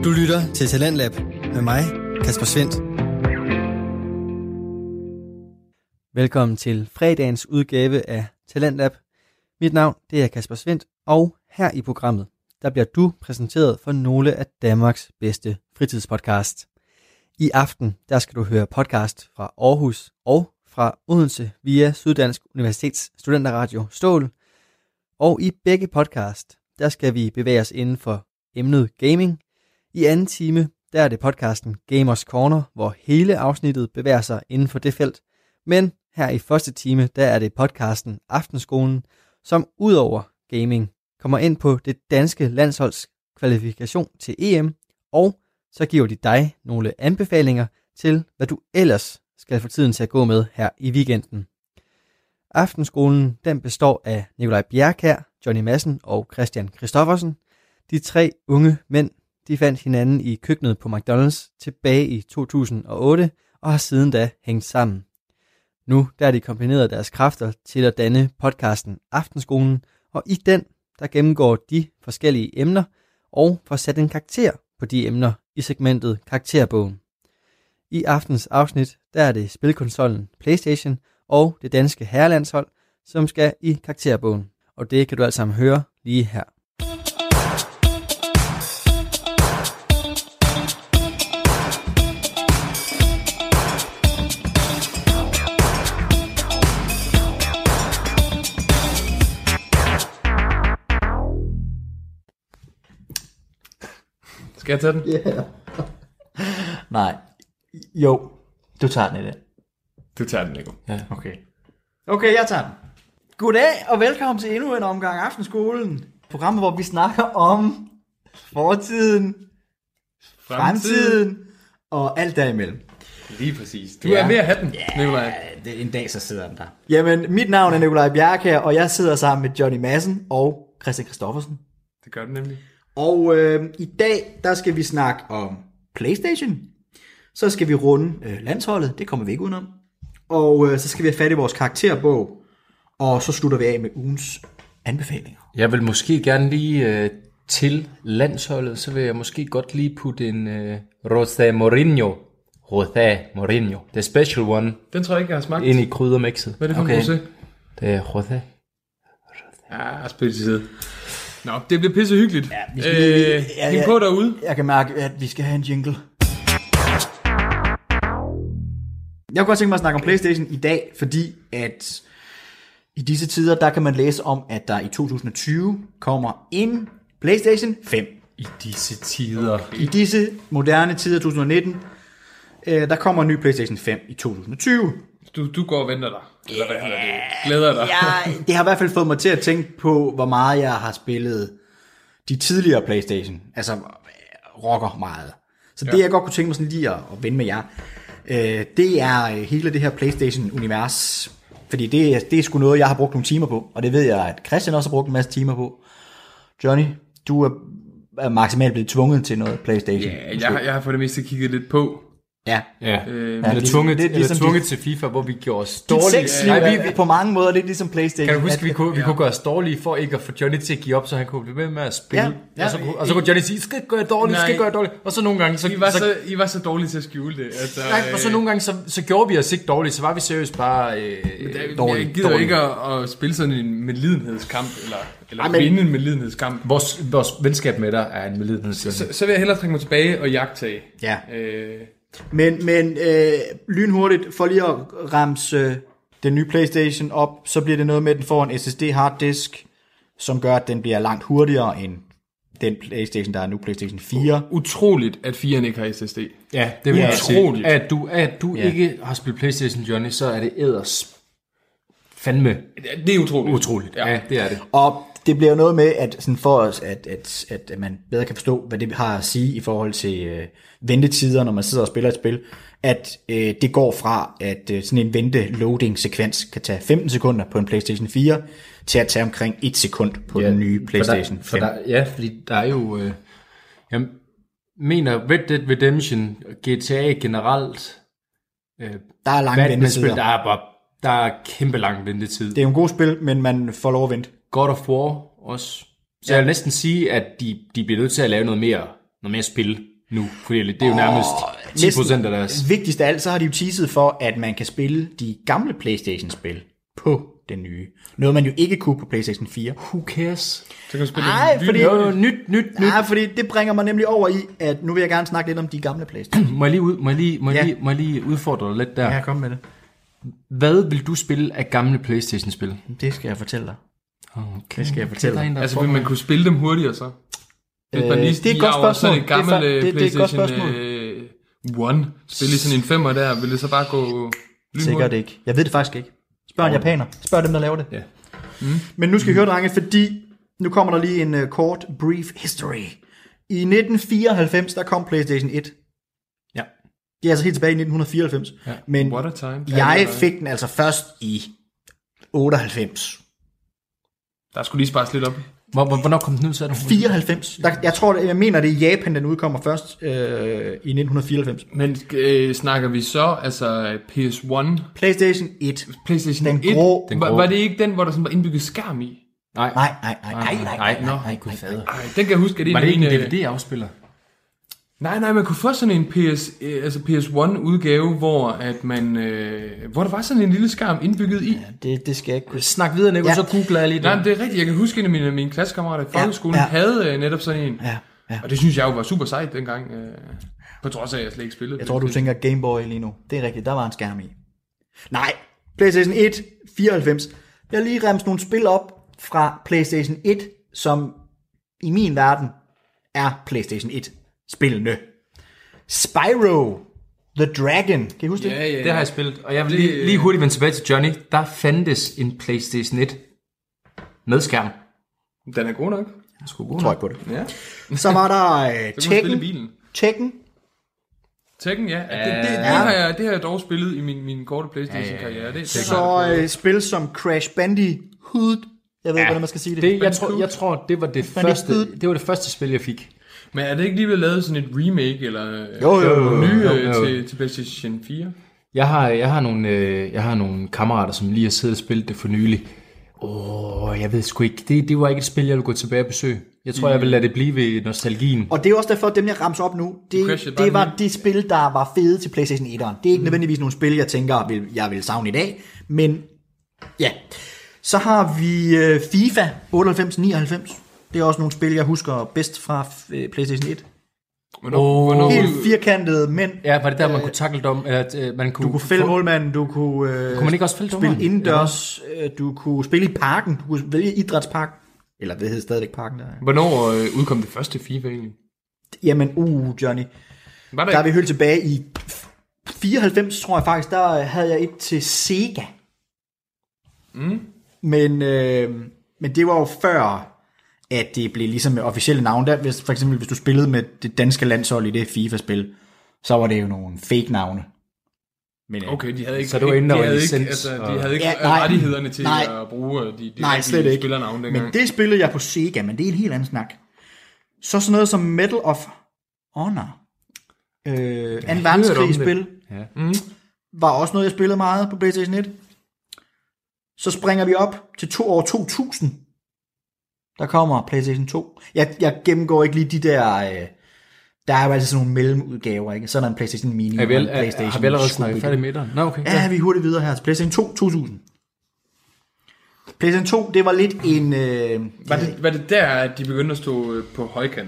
Du lytter til Talentlab med mig, Kasper Svendt. Velkommen til fredagens udgave af Talentlab. Mit navn det er Kasper Svendt, og her i programmet, der bliver du præsenteret for nogle af Danmarks bedste fritidspodcast. I aften, der skal du høre podcast fra Aarhus og fra Odense via Syddansk Universitets Studenterradio Stål. Og i begge podcast, der skal vi bevæge os inden for emnet gaming. I anden time, der er det podcasten Gamers Corner, hvor hele afsnittet bevæger sig inden for det felt. Men her i første time, der er det podcasten Aftenskolen, som udover gaming kommer ind på det danske landsholds kvalifikation til EM, og så giver de dig nogle anbefalinger til, hvad du ellers skal få tiden til at gå med her i weekenden. Aftenskolen, den består af Nikolaj Bjerkjær, Johnny Madsen og Christian Christoffersen. De tre unge mænd, de fandt hinanden i køkkenet på McDonald's tilbage i 2008 og har siden da hængt sammen. Nu der er de kombineret deres kræfter til at danne podcasten Aftenskolen, og i den der gennemgår de forskellige emner og får sat en karakter på de emner i segmentet Karakterbogen. I aftens afsnit der er det spilkonsollen PlayStation og det danske herrelandshold, som skal i karakterbogen, og det kan du alt sammen høre lige her. Skal jeg tage den? Ja. Yeah. Nej. Jo, du tager den i det. Du tager den, Nico. Ja, okay. Okay, jeg tager den. Goddag og velkommen til endnu en omgang Aftenskolen. Programmet, hvor vi snakker om fortiden, fremtiden og alt derimellem. Lige præcis. Du er ved at have den, Nikolaj. Ja, en dag så sidder den der. Jamen, mit navn er Nikolaj Bjerkjær, og jeg sidder sammen med Johnny Madsen og Christian Christoffersen. Det gør den nemlig. Og i dag, der skal vi snakke om PlayStation. Så skal vi runde landsholdet, det kommer vi ikke udenom. Og så skal vi have fat i vores karakterbog. Og så slutter vi af med ugens anbefalinger. Jeg vil måske gerne lige til landsholdet, så vil jeg måske godt lige putte en José Mourinho, the special one. Den tror jeg ikke, jeg har smagt. Ind i kryddermixet. Hvad er det for en rosé? Det er José. Ja, spil til side. Nå, det bliver pisse hyggeligt. Ja, vi skal hæng på derude. Jeg kan mærke, at vi skal have en jingle. Jeg kunne godt tænke mig at snakke om PlayStation i dag, fordi at i disse tider, der kan man læse om, at der i 2020 kommer en PlayStation 5. I disse tider. I disse moderne tider, 2019, der kommer en ny PlayStation 5 i 2020. Du går og venter dig. Eller hvad hedder det? Glæder dig. Ja, det har i hvert fald fået mig til at tænke på, hvor meget jeg har spillet de tidligere PlayStation. Altså, rocker meget. Så det, jeg godt kunne tænke mig sådan lige at vende med jer, det er hele det her PlayStation-univers. Fordi det er sgu noget, jeg har brugt nogle timer på. Og det ved jeg, at Christian også har brugt en masse timer på. Johnny, du er maksimalt blevet tvunget til noget PlayStation. Ja, jeg har for det meste kigget lidt på. Ja. Eller tvunget til FIFA, hvor vi gjorde os dårlige. På mange måder lidt ligesom PlayStation. Kan du huske, vi kunne gøre os dårlige for ikke at få Johnny til at give op, så han kunne blive ved med at spille. Ja. Og så kunne Johnny sige, skal gøre dårligt. Og så nogle gange... I var så dårlige til at skjule det. Altså, og så nogle gange, så gjorde vi os ikke dårligt, så var vi seriøst bare dårlige. Jeg gider ikke at spille sådan en medlidenhedskamp, eller vinde en medlidenhedskamp. Vores venskab med dig er en medlidenhedskamp. Så vil jeg hellere trække mig tilbage og jagtage. Ja. Men lynhurtigt, for lige at ramse den nye PlayStation op, så bliver det noget med, at den får en SSD harddisk, som gør, at den bliver langt hurtigere end den PlayStation, der er nu, PlayStation 4. Utroligt, at 4'eren ikke har SSD. Ja, det er utroligt. At du ikke har spillet PlayStation, Johnny, så er det æders fandme. Det er utroligt. Utroligt, ja, det er det. Og det bliver noget med, at sådan for os, at man bedre kan forstå, hvad det har at sige i forhold til ventetider, når man sidder og spiller et spil, at det går fra, at sådan en vente-loading-sekvens kan tage 15 sekunder på en PlayStation 4, til at tage omkring 1 sekund på den nye PlayStation 5. Fordi der er jo... jeg mener, Red Dead Redemption, GTA generelt... der er lange ventetider. Der er kæmpe lang ventetid. Det er jo en god spil, men man får lov at vente. God of War også. Så jeg vil næsten sige, at de bliver nødt til at lave noget mere spil. nu, fordi det er jo nærmest 10% af deres. Vigtigst af alt, så har de jo teaset for, at man kan spille de gamle PlayStation-spil på den nye. Noget man jo ikke kunne på PlayStation 4. Who cares? Så kan du spille Nyt. Nej, fordi det bringer mig nemlig over i, at nu vil jeg gerne snakke lidt om de gamle PlayStation. Må jeg lige udfordre dig lidt der? Ja, kom med det. Hvad vil du spille af gamle PlayStation-spil? Det skal jeg fortælle dig. Okay. Det skal jeg fortælle dig. Altså, vil man kunne spille dem hurtigere så? Det er et godt spørgsmål. Sådan et gammelt det er et godt spørgsmål. PlayStation 1. Spille i sådan en 5'er der, vil det så bare gå lynhurtigt? Sikkert ikke. Jeg ved det faktisk ikke. Spørg en japaner. Spørg dem, der laver det. Ja. Men nu skal I høre, drenge, fordi nu kommer der lige en kort brief history. I 1994, der kom PlayStation 1. Ja. Det er altså helt tilbage i 1994. Ja. Men What a time. jeg fik den altså først i 98. Der skulle lige spares lidt op. Hvornår kom den ud, sagde du? 94. Jeg mener, det er i Japan, den udkommer først i 1994. Men snakker vi så, altså PS1? PlayStation 1. PlayStation den 1? Grå. Var det ikke den, hvor der sådan var indbygget skærm i? Nej. Den kan jeg huske, at det var det ikke en DVD-afspiller? Nej, man kunne få sådan en PS1-udgave, hvor der var sådan en lille skærm indbygget i. Ja, det skal jeg ikke kunne. Snak videre, Nico, så googler jeg lige det. Nej, men det er rigtigt. Jeg kan huske, at mine klassekammerater i folkeskolen havde netop sådan en. Ja. Og det synes jeg jo var super sejt dengang. På trods af, at jeg slet ikke spillede. Jeg tror, du tænker Game Boy lige nu. Det er rigtigt, der var en skærm i. Nej, PlayStation 1, 94. Jeg har lige remset nogle spil op fra PlayStation 1, som i min verden er PlayStation 1. Spillene. Spyro the Dragon. Kan I huske det? Ja. Det har jeg spillet. Og jeg vil lige hurtigt vende tilbage til Johnny. Der fandtes en PlayStation 1 med skærm. Den er god nok. Jeg skulle god tror nok. på det. Ja. Så var der Tekken, Tekken. ja. Det har jeg dog spillet i min korte PlayStation-karriere. Så spil som Crash Bandicoot. Jeg ved ikke, hvordan man skal sige det. Jeg tror, det var det første spil, jeg fik. Men er det ikke lige blevet lavet sådan et remake eller nye til PlayStation 4? Jeg har nogle kammerater, som lige har siddet og spillet det for nylig. Jeg ved sgu ikke. Det var ikke et spil, jeg ville gå tilbage og besøge. Jeg tror, jeg vil lade det blive ved nostalgien. Og det er også derfor, at dem, jeg ramser op nu, det var de spil, der var fede til PlayStation 1'eren. Det er ikke nødvendigvis nogle spil, jeg tænker, jeg vil savne i dag. Men ja. Så har vi FIFA 98-99. Det er også nogle spil, jeg husker bedst fra PlayStation 1. Hvornår? Helt firkantede mænd. Ja, var det der, man kunne tackle dom? Man kunne fælde målmanden, du kunne man ikke også fælde spille indendørs, du kunne spille i parken, du kunne vælge idrætspark, eller det hedder stadigvæk parken der. Hvornår udkom det første FIFA egentlig? Jamen, Johnny, der er vi helt tilbage i 94, tror jeg faktisk, der havde jeg et til Sega. Men det var jo før, at det blev ligesom med officielle navn. Der, for eksempel, hvis du spillede med det danske landshold i det FIFA-spil, så var det jo nogle fake-navne. Men, okay, de havde ikke, så det var inden, de havde ikke rettighederne til at bruge de slet spillernavne dengang. Men det spillede jeg på Sega, men det er en helt anden snak. Så sådan noget som Medal of Honor. 2. verdenskrigsspil. Var også noget, jeg spillede meget på PlayStation 1. Så springer vi op til år 2000. Der kommer PlayStation 2. Jeg gennemgår ikke lige de der... der er jo altid sådan nogle mellemudgaver, ikke? Så er der en PlayStation Mini og en PlayStation. Har vi allerede snakket færdig med dig? Nå, okay. Ja, vi er hurtigt videre her til PlayStation 2 2000. PlayStation 2, det var lidt en... Var det der, at de begyndte at stå på højkant?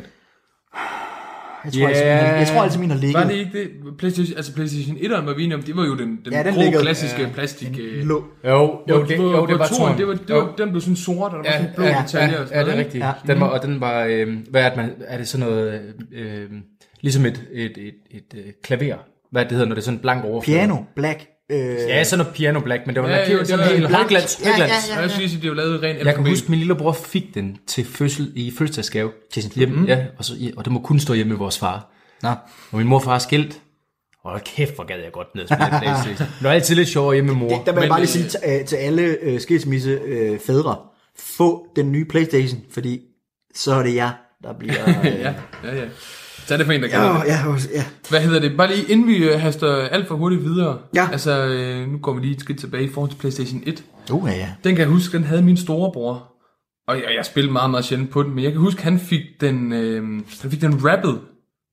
Jeg tror altid, min har ligget. Var det ikke det? PlayStation 1'eren var vi enige om, det var jo den grå klassiske plastik. Jo, det var toren. Den blev sådan sort, og der var sådan blå detaljer og sådan noget. Ja, det er rigtigt. Ja. Den var, er det sådan noget, ligesom et klaver? Hvad det hedder, når det er sådan en blank overflade? Piano Black. Ja, sådan noget Piano Black, men det var helt højglans. Jeg synes, det var lavet rent. Jeg kan huske, min lillebror fik den til fødselsdagsgave til sin hjemme, og det må kun stå hjemme med vores far. Og min mor og far er skilt. Hold kæft, hvor gad jeg godt ned og spille PlayStation. Det var altid lidt sjovere hjemme med mor. Der vil jeg bare lige sige til alle skilsmisse fædre, få den nye PlayStation, fordi så er det jer, der bliver... ja. Så er det for en, der kan ja. Hvad hedder det? Bare lige inden vi haster alt for hurtigt videre. Ja. Altså, nu går vi lige et skridt tilbage i forhold til PlayStation 1. Ja. Den kan jeg huske, den havde min storebror. Og jeg spillede meget, meget sjældent på den. Men jeg kan huske, han fik den rappet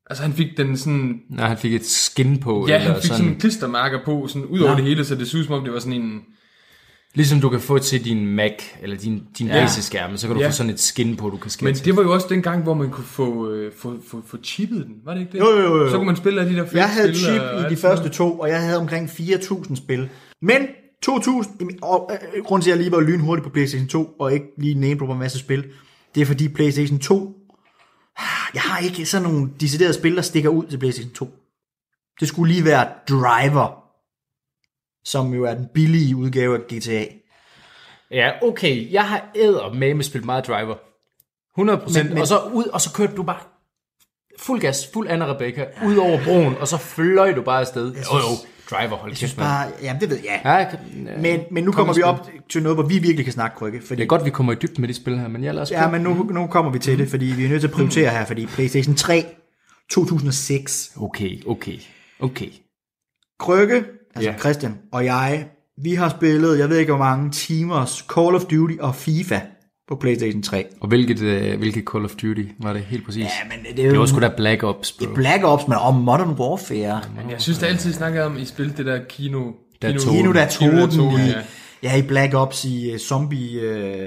Altså han fik den sådan... Nej, han fik et skin på. Ja, eller han fik sådan klistermærker på, sådan ud over det hele, så det så ud som om det var sådan en... Ligesom du kan få til din Mac, eller din base-skærme, så kan du få sådan et skin på, du kan skære. Men det var jo også den gang, hvor man kunne få chippet den, var det ikke det? Jo. Så kunne man spille af de der Jeg havde chip i de første 2, og jeg havde omkring 4.000 spil. Men 2.000, grunden til at jeg lige var lynhurtig på PlayStation 2, og ikke lige name på en masse spil, det er fordi PlayStation 2, jeg har ikke sådan nogle deciderede spil, der stikker ud til PlayStation 2. Det skulle lige være Driver, som jo er den billige udgave af GTA. Ja, okay. Jeg har eddermame spillet meget Driver. 100%. Men, og så kørte du bare fuld gas, fuld Anna Rebecca, ud over broen, og så fløj du bare afsted. Jo, Driver, hold kæft, mand. Jamen, det ved jeg. Men nu kommer vi op til noget, hvor vi virkelig kan snakke, Krykke. Fordi... Det er godt, vi kommer i dybden med de spil her, men jeg lader os men nu kommer vi til det, fordi vi er nødt til at prioritere her, fordi PlayStation 3 2006. Okay. Krykke, altså Christian og jeg, vi har spillet, jeg ved ikke hvor mange timers Call of Duty og FIFA på PlayStation 3. Og hvilket Call of Duty var det helt præcis? Ja, men det var sgu da Black Ops, bro. Det er Black Ops, men om Modern Warfare. Men jeg synes, der altid snakker om, I spillede det der Kino der tog i Black Ops i zombie...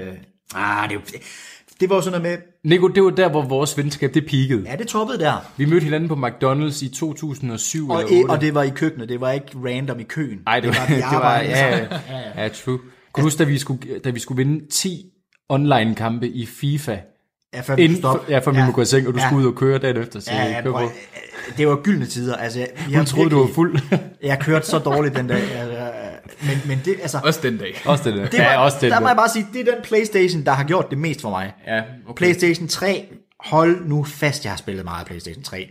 Det var jo sådan noget med... Nico, det var der, hvor vores venskab, det peakede. Ja, det toppede der. Vi mødte hinanden på McDonald's i 2007 eller 2008. Og det var i køkkenet, det var ikke random i køen. Nej, det var ja, true. Kunne du huske, da vi skulle vinde 10 online-kampe i FIFA? Ja, før vi stoppe. Ja, før vi må gå i seng, og du skulle ud og køre dagen efter. Så det var gyldne tider. Altså, jeg troede, du var fuld. Jeg kørte så dårligt den dag. Men det, altså... Også den dag. Der må jeg bare sige, det er den PlayStation, der har gjort det mest for mig. Ja, okay. PlayStation 3, hold nu fast, jeg har spillet meget PlayStation 3.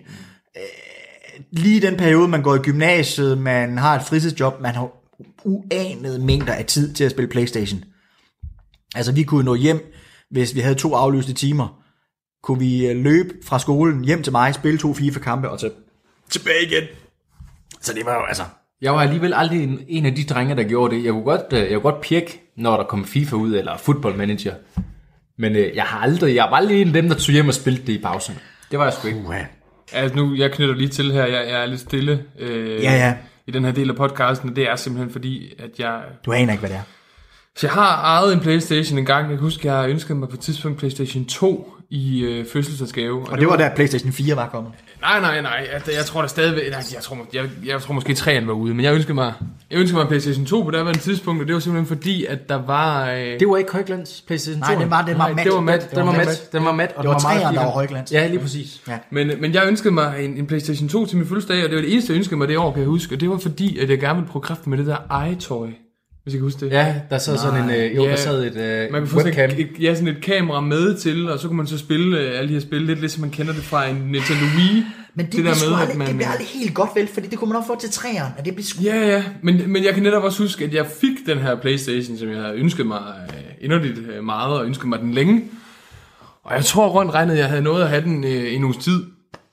Lige den periode, man går i gymnasiet, man har et fritidsjob, man har uanede mængder af tid til at spille PlayStation. Altså, vi kunne nå hjem, hvis vi havde 2 aflyste timer. Kunne vi løbe fra skolen hjem til mig, spille 2 FIFA-kampe og tilbage igen. Så det var jo altså... Jeg var alligevel aldrig en af de drenge, der gjorde det. Jeg kunne godt pirke, når der kom FIFA ud, eller Football Manager. Men jeg var aldrig en af dem, der tog hjem og spillede det i pauserne. Det var jeg sgu ikke. Altså nu, jeg knytter lige til her, jeg er lidt stille i den her del af podcasten, og det er simpelthen fordi, at jeg... Du aner ikke, hvad det er. Så jeg har ejet en PlayStation en gang. Jeg kan huske, jeg ønskede mig på et tidspunkt PlayStation 2 i fødselsdagsgave. Og det var da PlayStation 4 var kommet? Nej. Jeg tror der stadigvæk... Jeg tror måske 3'eren var ude, men jeg ønskede mig PlayStation 2 på det her tidspunkt, og det var simpelthen fordi, at der var... Det var ikke højglans, PlayStation 2? Nej, den var mat. Det var mat. Den var mat, og det var 3'eren, der var højglans. Ja, lige præcis. Ja. Men jeg ønskede mig en PlayStation 2 til min fødselsdag, og det var det eneste, jeg ønskede mig det år, kan jeg huske. Og det var fordi, at jeg gerne ville prøve kræften med det der iToy. Hvis I kan huske det. Ja, der sad sådan en der sad et man kunne få webcam. Sådan et kamera med til, og så kunne man så spille alle de her spil, lidt som man kender det fra en Nintendo Wii. Men det bliver aldrig helt godt vel, fordi det kunne man også få til 3'eren, og det bliver sgu... Ja, men jeg kan netop også huske, at jeg fik den her PlayStation, som jeg havde ønsket mig inderligt meget, og ønsket mig den længe. Og jeg tror rundt regnet, at jeg havde nået at have den en uges tid.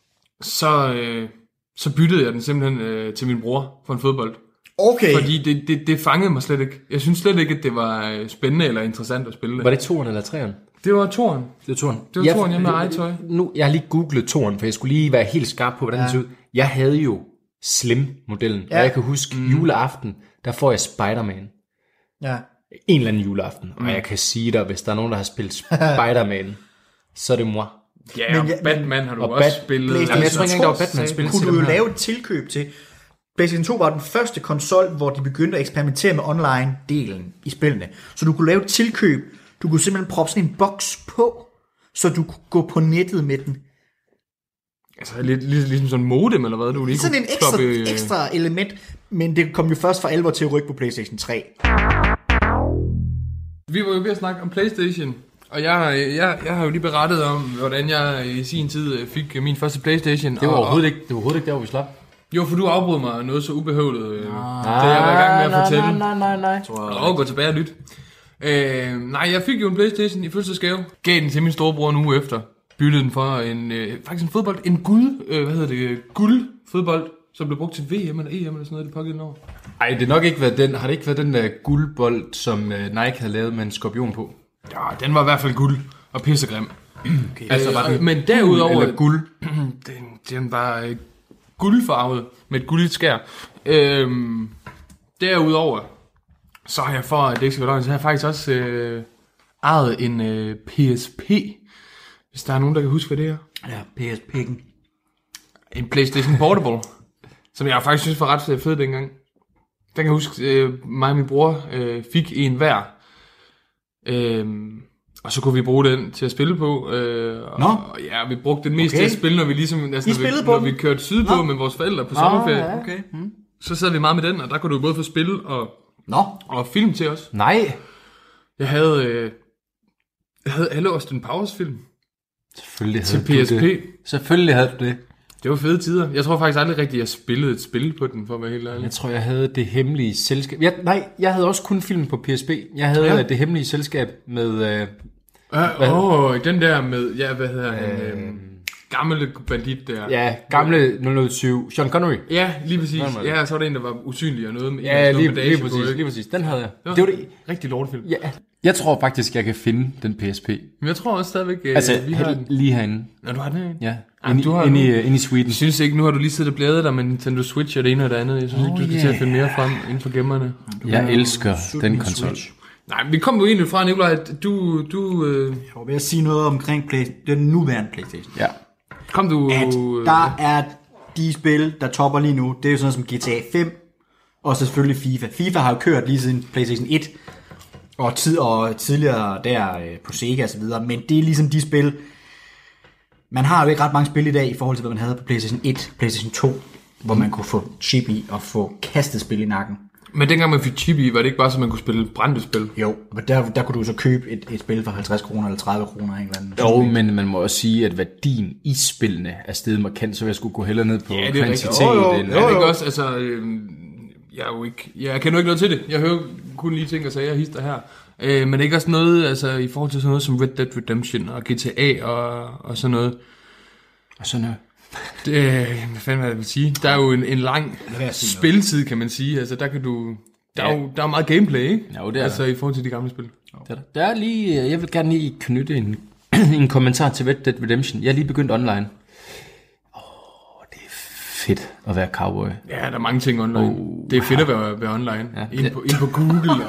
Så byttede jeg den simpelthen til min bror for en fodbold. Okay. Fordi det fangede mig slet ikke. Jeg synes slet ikke, at det var spændende eller interessant at spille det. Var det 2'eren eller 3'eren? Det var 2'eren. Det var 2'eren hjemme med iToy. Nu, jeg har lige googlet 2'eren, for jeg skulle lige være helt skarp på, hvordan det så ud. Jeg havde jo Slim-modellen, og jeg kan huske juleaften, der får jeg Spider-Man. Ja. En eller anden juleaften, og jeg kan sige dig, hvis der er nogen, der har spillet Spider-Man, så er det moi. Ja, Batman har du også spillet. Jeg tror ikke engang, der var Batman-spil. Kunne du jo lave et tilkøb til... PlayStation 2 var den første konsol, hvor de begyndte at eksperimentere med online-delen i spillene. Så du kunne lave et tilkøb. Du kunne simpelthen proppe sådan en boks på, så du kunne gå på nettet med den. Altså ligesom sådan en modem, eller hvad? Du lige sådan en ekstra element, men det kom jo først for alvor til at rykke på PlayStation 3. Vi var jo ved at snakke om PlayStation, og jeg har jo lige berettet om, hvordan jeg i sin tid fik min første PlayStation. Det var overhovedet ikke der, hvor vi slap. Jo, for du afbrød mig noget så ubehøvlet, det jeg var i gang med at fortælle. Nej. Gå tilbage og lyt. Jeg fik jo en PlayStation i fødselsdagsgave. Gav den til min storebror en uge efter. Byttede den for faktisk en fodbold. En guldfodbold, som blev brugt til VM eller EM eller sådan noget det pågældende år. Ej, det har nok ikke været den. Har det ikke været den der guldbold, som Nike havde lavet med en skorpion på? Ja, den var i hvert fald guld og pissegrim. Okay. Altså, men derudover... Eller guld. Den var guldfarvet med et guldigt skær. Derudover, så har jeg for, at det ikke skal være løgn, så har jeg faktisk også ejet en PSP. Hvis der er nogen, der kan huske, hvad det er. Ja, PSP'en. En PlayStation Portable, som jeg faktisk synes var ret fed dengang. Den kan jeg huske, mig og min bror fik en hver. Og så kunne vi bruge den til at spille på. Og ja, vi brugte den mest til at spille, når vi ligesom, altså, når vi kørte sydpå med vores forældre på sommerferie. Ja, okay. Så sad vi meget med den, og der kunne du både få spil og film til os. Nej. Jeg havde alle Austin Powers film. Selvfølgelig til havde PSP. Du det. Selvfølgelig havde du det. Det var fede tider. Jeg tror faktisk aldrig rigtigt, at jeg spillede et spil på den, for at være helt ærlig. Jeg tror, jeg havde Det Hemmelige Selskab. Jeg havde også kun film på PSP. Jeg havde Det Hemmelige Selskab med... den der med... hvad hedder han? Gamle bandit der. Ja, gamle 007. Sean Connery. Ja, lige præcis. Ja, så var der en, der var usynlig og noget med... Ja, lige præcis. Den havde jeg. Det var det. Rigtig lortefilm. Ja. Jeg tror faktisk, jeg kan finde den PSP. Men jeg tror også stadigvæk, vi har den. Lige herinde. Nå, du har den herinde? Ja. Inde i Sweden. Jeg synes ikke, nu har du lige siddet og blædet dig med Nintendo Switch og det ene og det andet. Jeg synes ikke, du skal til at finde mere frem inden for gemmerne. Jeg elsker den konsol. Nej, vi kom jo egentlig fra, Nikolaj, at du... Jeg var ved at sige noget omkring den nuværende PlayStation. Ja. Kom du... At der er de spil, der topper lige nu. Det er jo sådan som GTA 5, og så selvfølgelig FIFA. FIFA har jo kørt lige siden PlayStation 1, og tidligere der på Sega og så videre. Men det er ligesom de spil... Man har jo ikke ret mange spil i dag i forhold til, hvad man havde på PlayStation 1, PlayStation 2, hvor man kunne få chip i og få kastet spil i nakken. Men dengang man fik chip i, var det ikke bare så, man kunne spille brændte spil? Jo, og der kunne du så købe et spil for 50 kroner eller 30 kroner en eller anden. Jo, men man må også sige, at værdien i spillene er steget markant, så jeg skulle gå hellere ned på kvantitet. Jo. Det er ikke også, altså... Jeg kender ikke noget til det. Jeg hører kun lige ting og sager hister her. Men det er ikke også noget, altså i forhold til sådan noget som Red Dead Redemption og GTA og sådan noget. Og sådan noget. Hvad fanden jeg vil sige? Der er jo en lang spiltid, kan man sige. Altså der kan du... Der er meget gameplay, ikke? Jo, det er altså i forhold til de gamle spil. Der er lige... Jeg vil gerne lige knytte en kommentar til Red Dead Redemption. Jeg er lige begyndt online. Det er fedt at være cowboy. Ja, der er mange ting online. Det er fedt at være online. Ja, ind på Google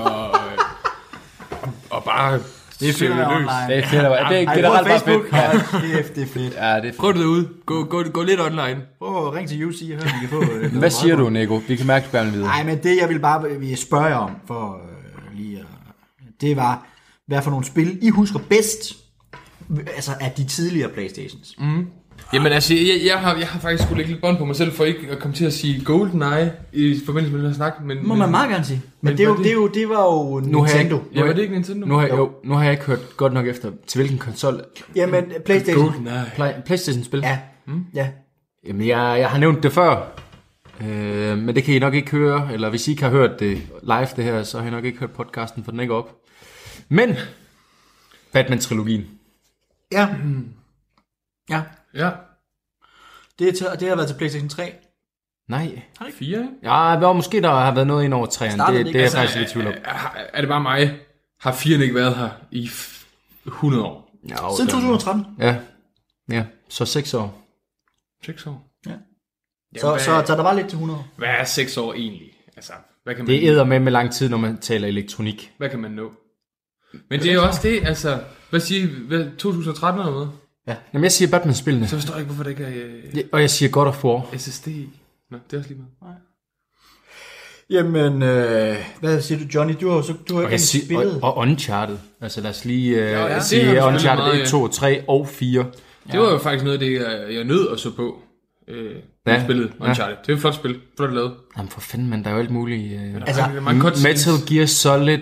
og bare... Det er fedt at være online. Det er fedt at være. Det er generelt bare fedt. Det er fedt. Ja, det er fedt. Prøv det ud. Gå lidt online. Ring til UC og hør, om vi kan få... Hvad siger du, Nico? Vi kan mærke, at du gerne vil vide. Nej, men det jeg vil spørge jer om, for lige at... Det var, hvad for nogle spil I husker bedst, altså af de tidligere Playstations. Jamen altså, jeg har faktisk skulle lægge lidt bånd på mig selv, for ikke at komme til at sige GoldenEye i forbindelse med den her snak. Må man meget gerne sige. Men det var jo Nintendo. Ja, var det ikke Nintendo? Nu har jeg ikke hørt godt nok efter, til hvilken konsol. Jamen, PlayStation. GoldenEye. PlayStation-spil? Ja. Ja. Jamen, jeg har nævnt det før. Men det kan I nok ikke høre. Eller hvis I ikke har hørt det live, det her, så har I nok ikke hørt podcasten, for den er ikke op. Men Batman-trilogien. Ja. Ja. Ja. Det har været til PlayStation 3. Nej. 4, ikke? Ja, måske der har været noget ind over 3'eren. Det er jeg faktisk lidt tvivl om. Er det bare mig? Har 4'eren ikke været her i 100 år? Ja, siden 2013. Ja, så 6 år. 6 år? Ja. Så der var lidt til 100 år. Hvad er 6 år egentlig? Altså, hvad kan man det æder med lang tid, når man taler elektronik. Hvad kan man nå? Men det er jo også det, altså... Hvad siger 2013 eller noget? Ja. Jamen, jeg siger Batman-spillene. Så forstår jeg ikke, hvorfor det ikke er... Og jeg siger God of War. SSD. Nå, det er også lige meget. Jamen, hvad siger du, Johnny? Du har ikke spillet. Og Uncharted. Altså, lad os lige sige Uncharted 1, 2, 3 og 4. Det var jo faktisk noget af det, jeg nød at så på. Spillet Uncharted. Det er et flot spil. Flot lavet. Jamen, for fanden, man, der er jo alt muligt. Altså, Metal Gear Solid...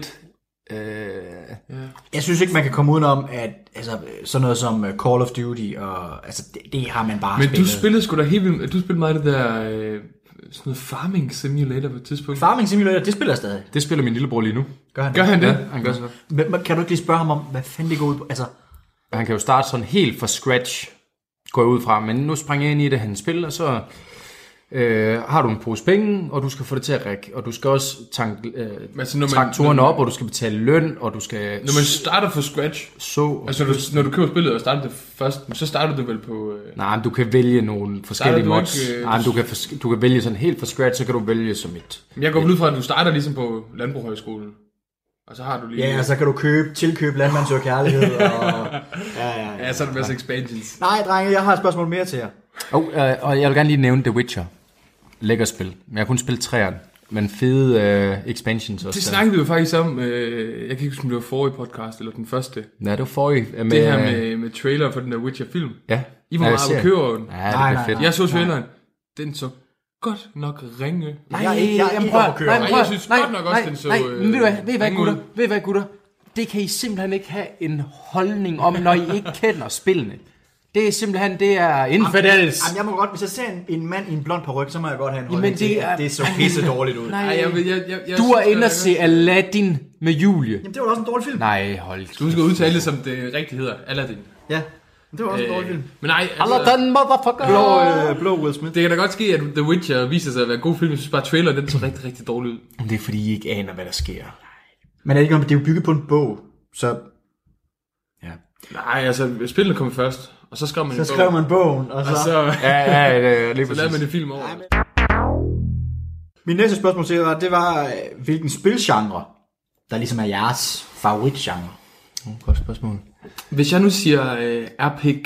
Jeg synes ikke, man kan komme udenom, at altså, sådan noget som Call of Duty, og altså, det har man bare spillet. Men du spillede sgu da helt vildt. Du spillede meget det der sådan noget Farming Simulator på et tidspunkt. Farming Simulator, det spiller jeg stadig. Det spiller min lillebror lige nu. Gør han det? Ja, han gør så. Men kan du ikke lige spørge ham om, hvad fanden det går ud på? Altså... Han kan jo starte sådan helt fra scratch, går jeg ud fra. Men nu sprang jeg ind i det, han spiller, og så har du en pose penge, og du skal få det til at række, og du skal også tanke Altså, traktorerne op, og du skal betale løn, og du skal... Når man starter fra scratch, altså når du køber spillet og starter det først, så starter du vel på... Nej, men du kan vælge nogle forskellige mods. Nej, du kan vælge sådan helt fra scratch, så kan du vælge som et... Jeg går ud fra, at du starter ligesom på Landbrugshøjskolen. Og så har du lige... Ja, så kan du tilkøbe Landmand søger kærlighed, og... Ja, så er der masser expansions. Nej, drenge, jeg har et spørgsmål mere til jer. Og jeg vil gerne lige nævne The Witcher. Lækker spil. Men jeg har kun spillet 3'eren. Men fede expansions også. Det snakkede vi jo faktisk om, jeg kan ikke huske, om det var forrige podcast, eller den første. Ja, det var forrige. Det her med trailer for den der Witcher-film. Ja. I var meget på køber den. Ja, det er fedt. Jeg så traileren. Den så godt nok ringe. Jeg synes godt nok også, den så... Ved I hvad, gutter? Det kan I simpelthen ikke have en holdning om, når I ikke kender spillene. Det er simpelthen, det er infidels. Jeg må godt, hvis jeg ser en mand i en blond paryk, så må jeg godt have en holdning til, det så pisse dårligt ud. Nej, du er inde og se Aladdin med Julie. Jamen, det var også en dårlig film. Nej, hold. Du skal udtale det, som det rigtigt hedder, Aladdin. Ja, det var også en dårlig film. Men nej, Aladdin, motherfucker. Blå Will Smith. Det kan da godt ske, at The Witcher viser sig at være en god film. Jeg synes bare, trailer den så rigtig, rigtig dårlig ud. Det er fordi, I ikke aner, hvad der sker. Men er det ikke noget, det er jo bygget på en bog, så... Ja. Nej, altså, spillene kom først. Og så skrev man så skrev man bogen, og så... lige så lavede man en film over. Min næste spørgsmål til dig, det var, hvilken spilgenre, der ligesom er jeres favoritgenre? Godt spørgsmål. Hvis jeg nu siger RPG,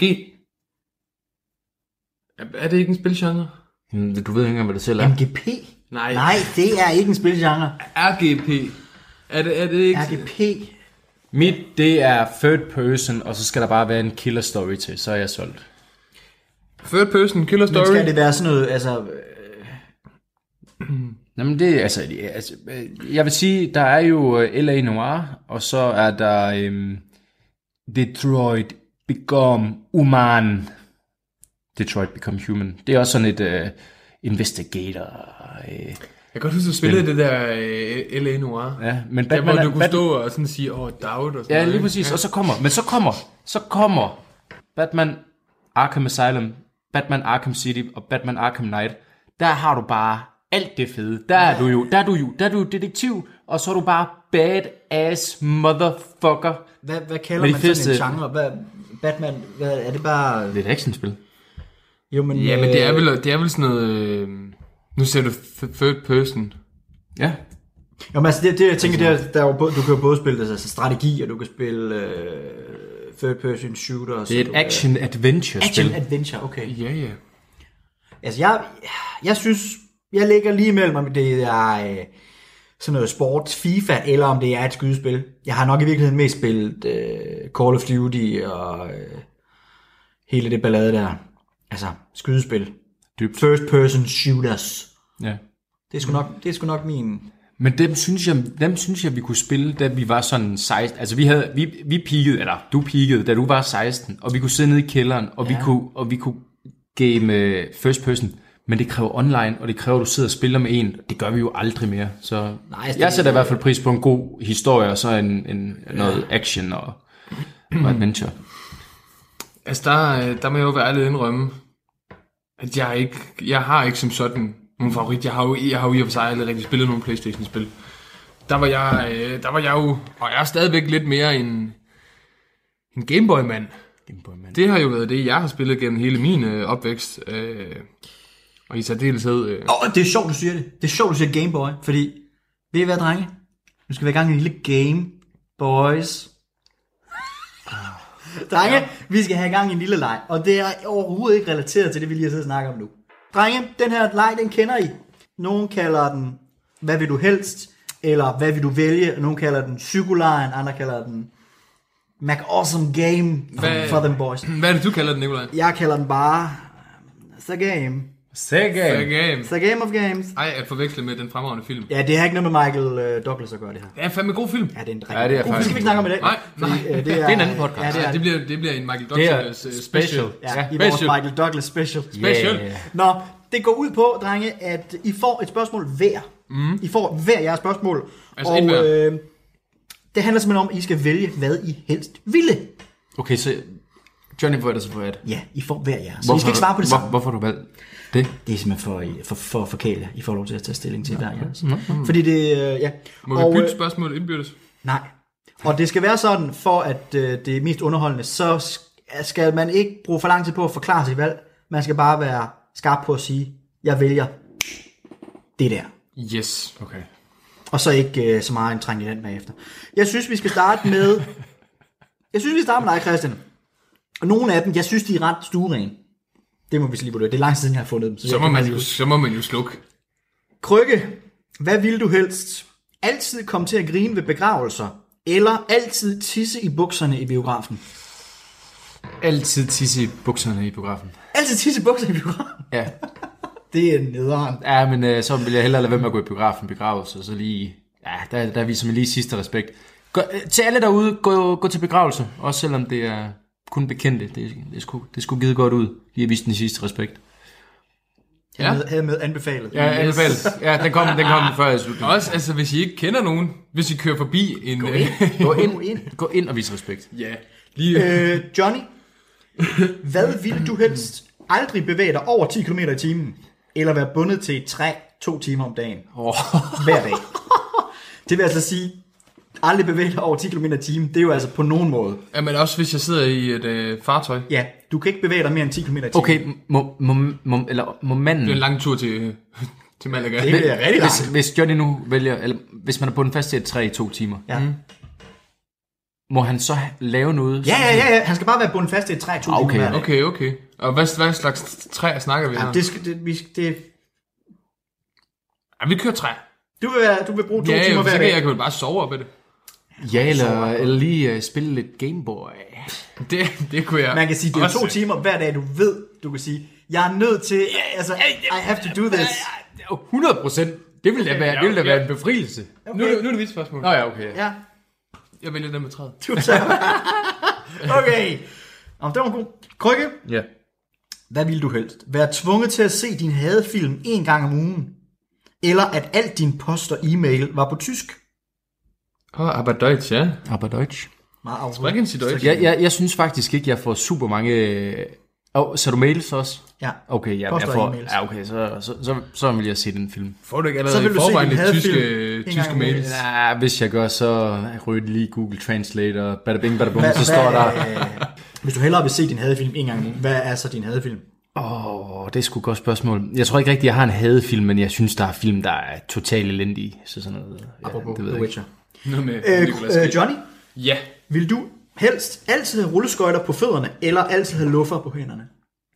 er det ikke en spilgenre? Du ved ikke engang, hvad det selv er. MGP? Nej, det er ikke en spilgenre. RGP. Er det ikke? RGP? Mit, det er third person, og så skal der bare være en killer story til, så er jeg solgt. Third person, killer story? Men skal det være sådan noget, altså... Jamen det altså, jeg vil sige, der er jo L.A. Noire, og så er der Detroit Become Human. Detroit Become Human. Det er også sådan et investigator... Jeg kan godt huske, at du spillede det der L.A. Noire. Ja, men Batman, der, hvor du kunne stå og sådan sige, doubt og sådan ja, lige præcis. Ja. Og så kommer Batman Arkham Asylum, Batman Arkham City og Batman Arkham Knight. Der har du bare alt det fede. Der er du jo detektiv, og så er du bare badass motherfucker. Hvad kalder man sådan en genre? Batman, er det bare... Det er et actionspil. Jo, men... Ja, men det er vel sådan noget... Nu ser du third person. Ja. Jamen altså, det jeg tænker, det er, du kan jo både spille altså, strategi, og du kan spille third person shooter. Det er et action-adventure-spil. Action-adventure, okay. Ja. Altså, jeg synes, jeg ligger lige imellem, om det er sådan noget sport, FIFA, eller om det er et skydespil. Jeg har nok i virkeligheden mest spillet Call of Duty og hele det ballade der. Altså, skydespil. Dybt. First person shooters. Ja. Det er sgu nok min... Men dem synes jeg, vi kunne spille, da vi var sådan 16. Altså vi peakede, eller du peakede, da du var 16, og vi kunne sidde nede i kælderen, og vi kunne game first person. Men det kræver online, og det kræver, at du sidder og spiller med en. Det gør vi jo aldrig mere. Så jeg sætter i hvert fald pris på en god historie, og så noget action og adventure. Altså, der må jeg jo være ærlig indrømme, at jeg har ikke som sådan nogen favorit. Jeg har jo i og for sig aldrig rigtig spillet nogle PlayStation-spil. Der var jeg jo, og jeg er stadigvæk lidt mere en Gameboy-mand. Det har jo været det, jeg har spillet gennem hele min opvækst. Og i særdeleshed... det er sjovt, du siger det. Det er sjovt, du siger Game Boy, fordi... Ved I hvad, drenge? Nu skal vi i gang i en lille Game Boys. Drenge, vi skal have i gang i en lille leg, og det er overhovedet ikke relateret til det, vi lige har siddet og snakket om nu. Drenge, den her leg, den kender I. Nogen kalder den, hvad vil du helst? Eller hvad vil du vælge? Nogen kalder den psykolegen, andre kalder den MacAwesome Game for them boys. Hvad er det, du kalder den, Nikolaj? Jeg kalder den bare... The Game. The Game of Games. Ej, at forveksle med den fremragende film. Ja, det har ikke noget med Michael Douglas at gøre, det her. Det er fandme en god film. Ja, det er en ja, det er god film. Skal vi ikke snakke om det? Nej. Det er en anden podcast. Ja, det bliver en Michael Douglas special. Ja, i vores Michael Douglas special. Nå, det går ud på, drenge, at I får et spørgsmål hver. I får hver jeres spørgsmål. Altså og det handler simpelthen om, at I skal vælge, hvad I helst ville. Okay, så Johnny får det så for et. Ja, I får hver jer. Så I skal ikke svare på det samme. Hvorfor har du valgt det? Det er simpelthen for at forkæle. I får lov til at tage stilling til hver jer. Fordi det, ja. Må vi bytte spørgsmål indbyrdes? Nej. Og det skal være sådan, for at det er mest underholdende, så skal man ikke bruge for lang tid på at forklare sit valg. Man skal bare være skarp på at sige, jeg vælger det der. Yes. Okay. Og så ikke så meget en træng i den bagefter. Jeg synes, vi skal starte med... dig, Christian. Og nogle af dem, jeg synes, de er ret stuerene. Det må vi lige vurdere. Det er lang tid siden, jeg har fundet dem. Så må man jo slukke. Krøkke, hvad vil du helst? Altid komme til at grine ved begravelser, eller altid tisse i bukserne i biografen? Altid tisse i bukserne i biografen. Altid tisse i bukserne i biografen? Ja. Det er nederen. Ja, men så vil jeg hellere lade være med at gå i biografen, begravelse, og så lige... Ja, der viser man lige sidste respekt. Til alle derude, gå til begravelse, også selvom det er kun bekendte. Det skulle givet godt ud, lige at vise den sidste respekt. Havde med anbefalet. Ja, anbefalet. Ja, den kom før i slutningen. Også, altså, hvis I ikke kender nogen, hvis I kører forbi en... Gå ind og vis respekt. Ja. Lige... Johnny, hvad ville du helst? Aldrig bevæge dig over 10 km i timen, eller være bundet til et træ 2 timer om dagen? Hver dag. Det vil altså sige, aldrig bevæge dig over 10 km i timen. Det er jo altså på nogen måde. Ja, men også hvis jeg sidder i et fartøj. Ja, du kan ikke bevæge dig mere end 10 km i timen. Okay, må manden... Det er en lang tur til Malaga. Det er rigtig langt. Hvis Johnny nu vælger... Eller hvis man er bundet fast til et træ i 2 timer. Ja. Må han så lave noget? Ja. Han skal bare være bundet fast til et træ 2 timer hver dag. Okay. Og hvad slags træ snakker vi her? Ja, vi kører træ. Du vil bruge 2 timer hver dag. Jeg kan jo bare sove op i det. Ja, eller lige spille lidt Gameboy. Det kunne jeg. Man kan sige, det er 2 timer hver dag, du kan sige, jeg er nødt til, altså, I have to do this. 100%. Det vil da være en befrielse. Okay. Nu er det mit spørgsmål. Nå ja, okay. Ja. Jeg vælger den med træet. Okay. Det var god. Krøkke? Ja. Hvad vil du helst? Være tvunget til at se din hadefilm 1 gang om ugen? Eller at alt din post og e-mail var på tysk? Aber Deutsch, ja. Aber Deutsch. Sprechen Sie Deutsch? Jeg synes faktisk ikke, jeg får super mange... så du mails også? Ja. Okay, jeg får... Ja, okay, så vil jeg se den film. Får du ikke allerede i forvejen lidt tyske mails? Ja, hvis jeg gør, så ryger lige Google Translate og bada bing, bada bum, så står der... Hvis du hellere vil se din hadefilm 1 gang om ugen, hvad er så din hadefilm? Det er sgu et godt spørgsmål. Jeg tror ikke rigtigt, jeg har en hadefilm, men jeg synes, der er film, der er totalt elendige. Så sådan noget. Apropos The Witcher. Johnny? Ja. Vil du helst altid have rulleskøjter på fødderne, eller altid have luffer på hænderne?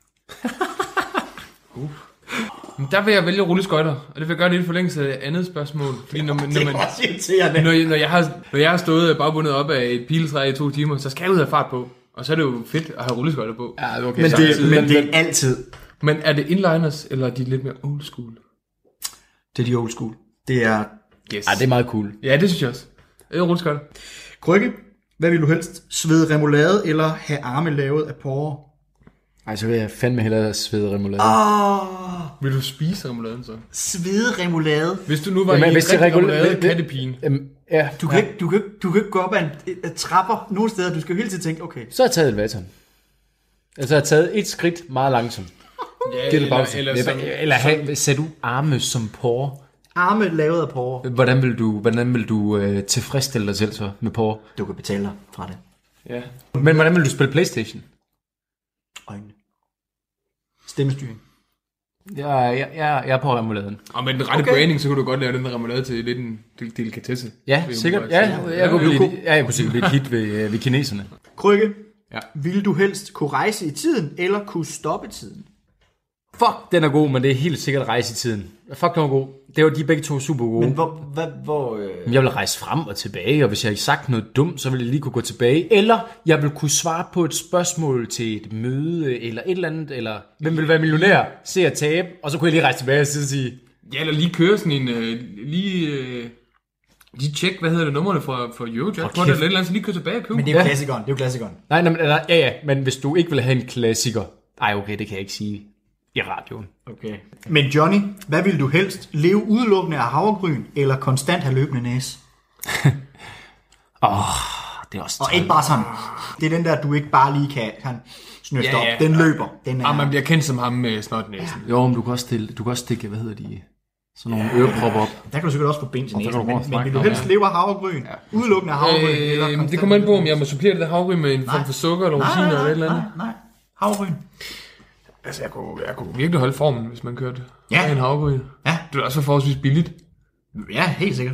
Der vil jeg vælge rulleskøjter, og det vil jeg gøre lidt i forlængelse af andet spørgsmål. Fordi når jeg har stået bagbundet op af et piletræ i 2 timer, så skal jeg ud af fart på. Og så er det jo fedt at have rulleskøjter på. Ja, okay. Men det er altid. Men er det inliners, eller er de lidt mere old school? Det er de old school. Det er... Yes. Det er meget cool. Ja, det synes jeg også. Rulleskøjter. Krøkke, hvad vil du helst? Svede remoulade, eller have arme lavet af porre? Så vil jeg fandme hellere svede remoulade. Vil du spise remouladen så? Svede remoulade? Hvis du nu var i en rigtig remoulade kattepine. Ja. Du kan ikke gå op ad en trapper nogle steder. Du skal jo hele tiden tænke, okay. Så har jeg taget elevatoren. Altså jeg har taget et skridt meget langsomt. Ja, eller ser du arme som porre? Arme lavet af porre. Hvordan vil du tilfredsstille dig selv så med porre? Du kan betale dig fra det. Ja. Men hvordan vil du spille PlayStation? Øjnene. Stemmestyring. Jeg er på remouladen. Og med den rette branding, så kunne du godt lave den der remoulade til lidt en delikatesse. Ja, sikkert. Jeg kunne sikkert blive et hit ved kineserne. Krøkke, ville du helst kunne rejse i tiden, eller kunne stoppe tiden? Fuck, den er god, men det er helt sikkert rejse i tiden. Fuck, den er god. Det var de begge to super gode. Men hvor Jeg vil rejse frem og tilbage, og hvis jeg ikke sagt noget dumt, så ville jeg lige kunne gå tilbage. Eller jeg vil kunne svare på et spørgsmål til et møde, eller et eller andet, eller hvem vil være millionær, se at tabe, og så kunne jeg lige rejse tilbage og sige... Ja, eller lige køre sådan en... lige tjek, hvad hedder det, nummerne fra Eurojackpot, eller et eller andet, så lige køre tilbage og købe. Men det er jo klassikeren. Nej, men hvis du ikke vil have en klassiker... okay, det kan jeg ikke sige i radioen. Okay. Men Johnny, hvad vil du helst? Leve udelukkende af havregryn, eller konstant have løbende næse? det er også Og ikke bare sådan, det er den der, du ikke bare lige kan snøfte op. Den løber. Den er... man bliver kendt som ham med snotnæsen. Ja. Jo, men du kan også stikke, hvad hedder de, sådan nogle ørepropper op. Der kan du sikkert også få ben til næsen, kan du men vil du helst leve af havregryn? Ja. Udelukkende af havregryn? Det kommer an på, om jeg må supplere det der havregryn med en form for sukker eller rosiner eller et eller andet. Nej, havregryn. Altså, jeg kunne virkelig holde formen, hvis man kørte en havregryn. Ja. Det er også forholdsvis billigt. Ja, helt sikkert.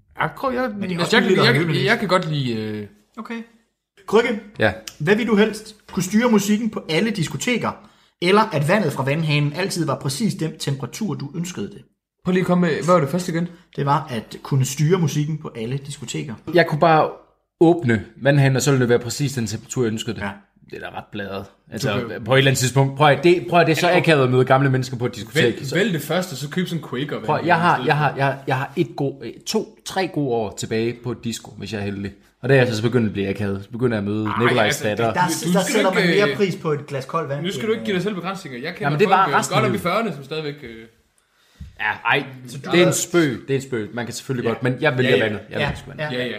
Jeg kan godt lide... Okay. Krykke, Ja. hvad vil du helst? Kunne styre musikken på alle diskoteker, eller at vandet fra vandhanen altid var præcis den temperatur, du ønskede det? Prøv lige at komme med... Hvad var det første igen? Det var at kunne styre musikken på alle diskoteker. Jeg kunne bare åbne vandhanen, og så ville det være præcis den temperatur, jeg ønskede det. Ja. Det er da ret bladet. Altså, på et eller andet tidspunkt. Prøv at det er så akavet at møde gamle mennesker på et diskotek. Vælg det første, så køb sådan en Quaker. Prøv, jeg har 3 gode år tilbage på et disco, hvis jeg er heldig. Og det er altså så begyndt at blive akavet. Så begynder jeg at møde Nikolajs datter. Der sætter man mere pris på et glas koldt vand. Nu skal du ikke give dig selv begrænsninger. Jeg kender det var folk godt op i 40'erne, som stadigvæk... Ja, ej, det er en spøg. Man kan selvfølgelig godt, men jeg vælger vandet. Ja.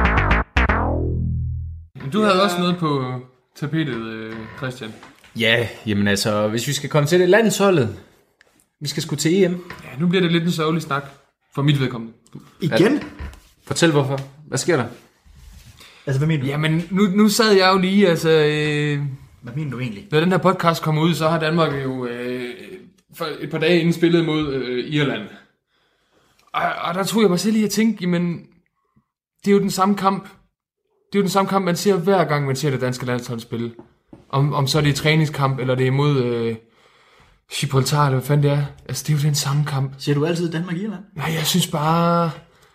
Du havde også noget på tapetet, Christian. Ja, jamen altså, hvis vi skal komme til det landsholdet, vi skal sgu til EM. Ja, nu bliver det lidt en sørgelig snak for mit vedkommende. Igen? Fortæl hvorfor. Hvad sker der? Altså, hvad mener du? Jamen, nu sad jeg jo lige, altså... Hvad mener du egentlig? Når den her podcast kommer ud, så har Danmark jo for et par dage inden spillet mod Irland. Og der tror jeg bare selv lige at tænke, jamen, det er jo den samme kamp. Det er jo den samme kamp, man ser hver gang, man ser det danske landshold spille. Om så er det i træningskamp, eller det er imod Gibraltar, eller hvad fanden det er. Altså, det er jo den samme kamp. Siger du altid Danmark-Irland? Nej, jeg synes bare,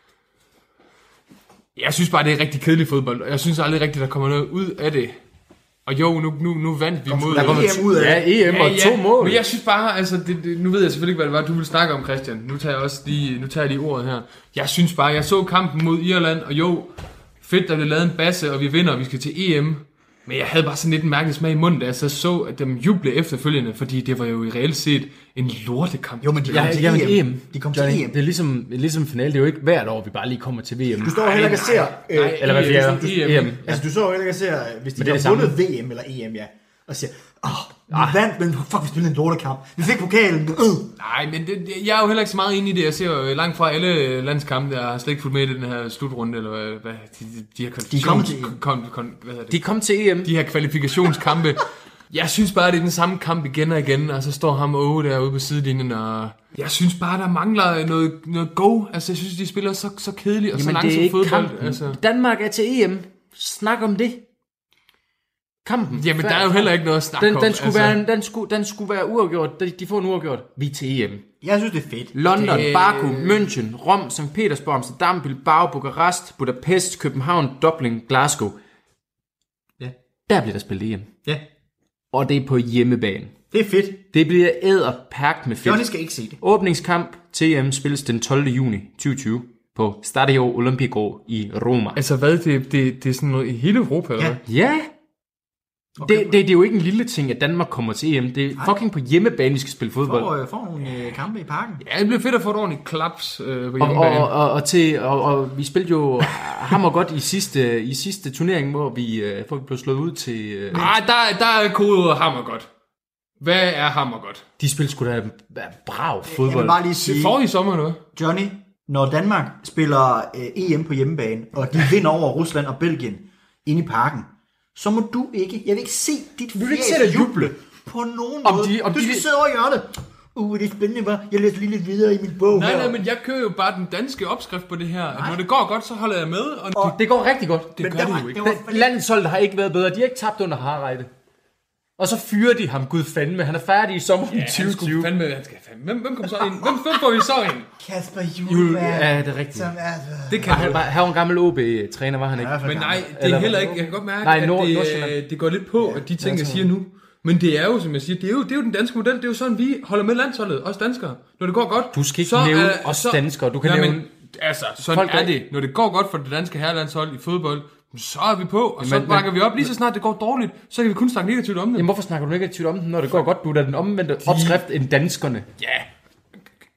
det er rigtig kedelig fodbold. Og jeg synes aldrig rigtigt, der kommer noget ud af det. Og jo, nu vandt vi mod... Der kommer EM ud af det. Ja, EM og 2 mål. Men jeg synes bare, altså, nu ved jeg selvfølgelig ikke, hvad det var, du ville snakke om, Christian. Nu tager jeg lige ordet her. Jeg synes bare, jeg så kampen mod Irland, og jo, fedt, der blev lavet en basse, og vi vinder, og vi skal til EM. Men jeg havde bare sådan lidt en mærkelig smag i munden, da jeg så at dem juble efterfølgende, fordi det var jo i reelt set en lortekamp. Jo, men de kom til EM. De kom til EM. Det er ligesom finale. Det er jo ikke hvert år, vi bare lige kommer til VM. Du står heller ikke og ser... Eller hvad vi er. EM. Altså, du så heller ikke og ser, hvis de har vundet VM eller EM, ja. Og siger, vi vandt, men fuck, vi spillede en lortekamp. Vi fik pokalen. Nej, men jeg er jo heller ikke så meget inde i det. Jeg ser jo langt fra alle landskampe, der har slet ikke fulgt med i den her slutrunde, eller hvad de her kom til EM. De her kvalifikationskampe. Jeg synes bare, det er den samme kamp igen og igen, og så står ham og derude på sidelinjen, og jeg synes bare, der mangler noget go. Altså, jeg synes, de spiller så kedeligt og så langsomt fodbold. Altså. Danmark er til EM. Snak om det. Kampen. Jamen, der er jo heller ikke noget at snakke om. Den skulle være uafgjort. De får en uafgjort. Vi er til EM. Jeg synes, det er fedt. London, Baku, München, Rom, St. Petersborg, Amsterdam, Bilbao, Bukarest, Budapest, København, Dublin, Glasgow. Ja. Der bliver der spillet EM. Ja. Og det er på hjemmebane. Det er fedt. Det bliver æderpærkt med fedt. Johnny skal ikke se det. Åbningskamp til EM spilles den 12. juni 2020 på Stadio Olimpico i Roma. Altså hvad? Det er sådan noget i hele Europa, eller hvad? Ja. Okay. Det er jo ikke en lille ting, at Danmark kommer til EM. Det er fucking på hjemmebane, vi skal spille fodbold. Får nogle kampe i parken. Ja, det bliver fedt at få et ordentligt klaps på hjemmebane. Og vi spillede jo hammer godt i sidste turnering, hvor vi blev slået ud til... Nej, der er kodet hammer godt. Hvad er hammer godt? De spiller sgu da brav fodbold. Jeg vil bare lige sige... For i sommer noget. Johnny, når Danmark spiller EM på hjemmebane, og de vinder over Rusland og Belgien inde i parken, så må du ikke, jeg vil ikke se dit fjæs juble på nogen måde. Du skal sidde over i hjørnet. Det er spændende, hva'? Jeg læser lige lidt videre i min bog. Nej, men jeg kører jo bare den danske opskrift på det her. At når det går godt, så holder jeg med. Og det går rigtig godt. Det gør det jo ikke. Landsholdet har ikke været bedre. De har ikke tabt under Harreide. Og så fyrer de ham, gud fandme. Han er færdig i sommeren 2020. Hvem kommer så ind? Hvem får vi så ind? Kasper Hjulmand. Ja, det er rigtigt. Det kan han var en gammel OB-træner, var han ikke? Men nej, det er heller ikke. Jeg kan godt mærke, at det går lidt på, at de ting, jeg siger nu. Men det er jo, som jeg siger, det er jo den danske model. Det er jo sådan, vi holder med landsholdet, os danskere. Når det går godt. Du skal ikke nævne os danskere. Du kan nævne... Altså, sådan er det. Når det går godt for det danske herrelandshold i fodbold, så er vi på, og så bakker vi op. Lige så snart det går dårligt, så kan vi kun snakke negativt om det. Jamen hvorfor snakker du negativt om det, når det går godt? Du er da den omvendte opskrift end danskerne. Ja.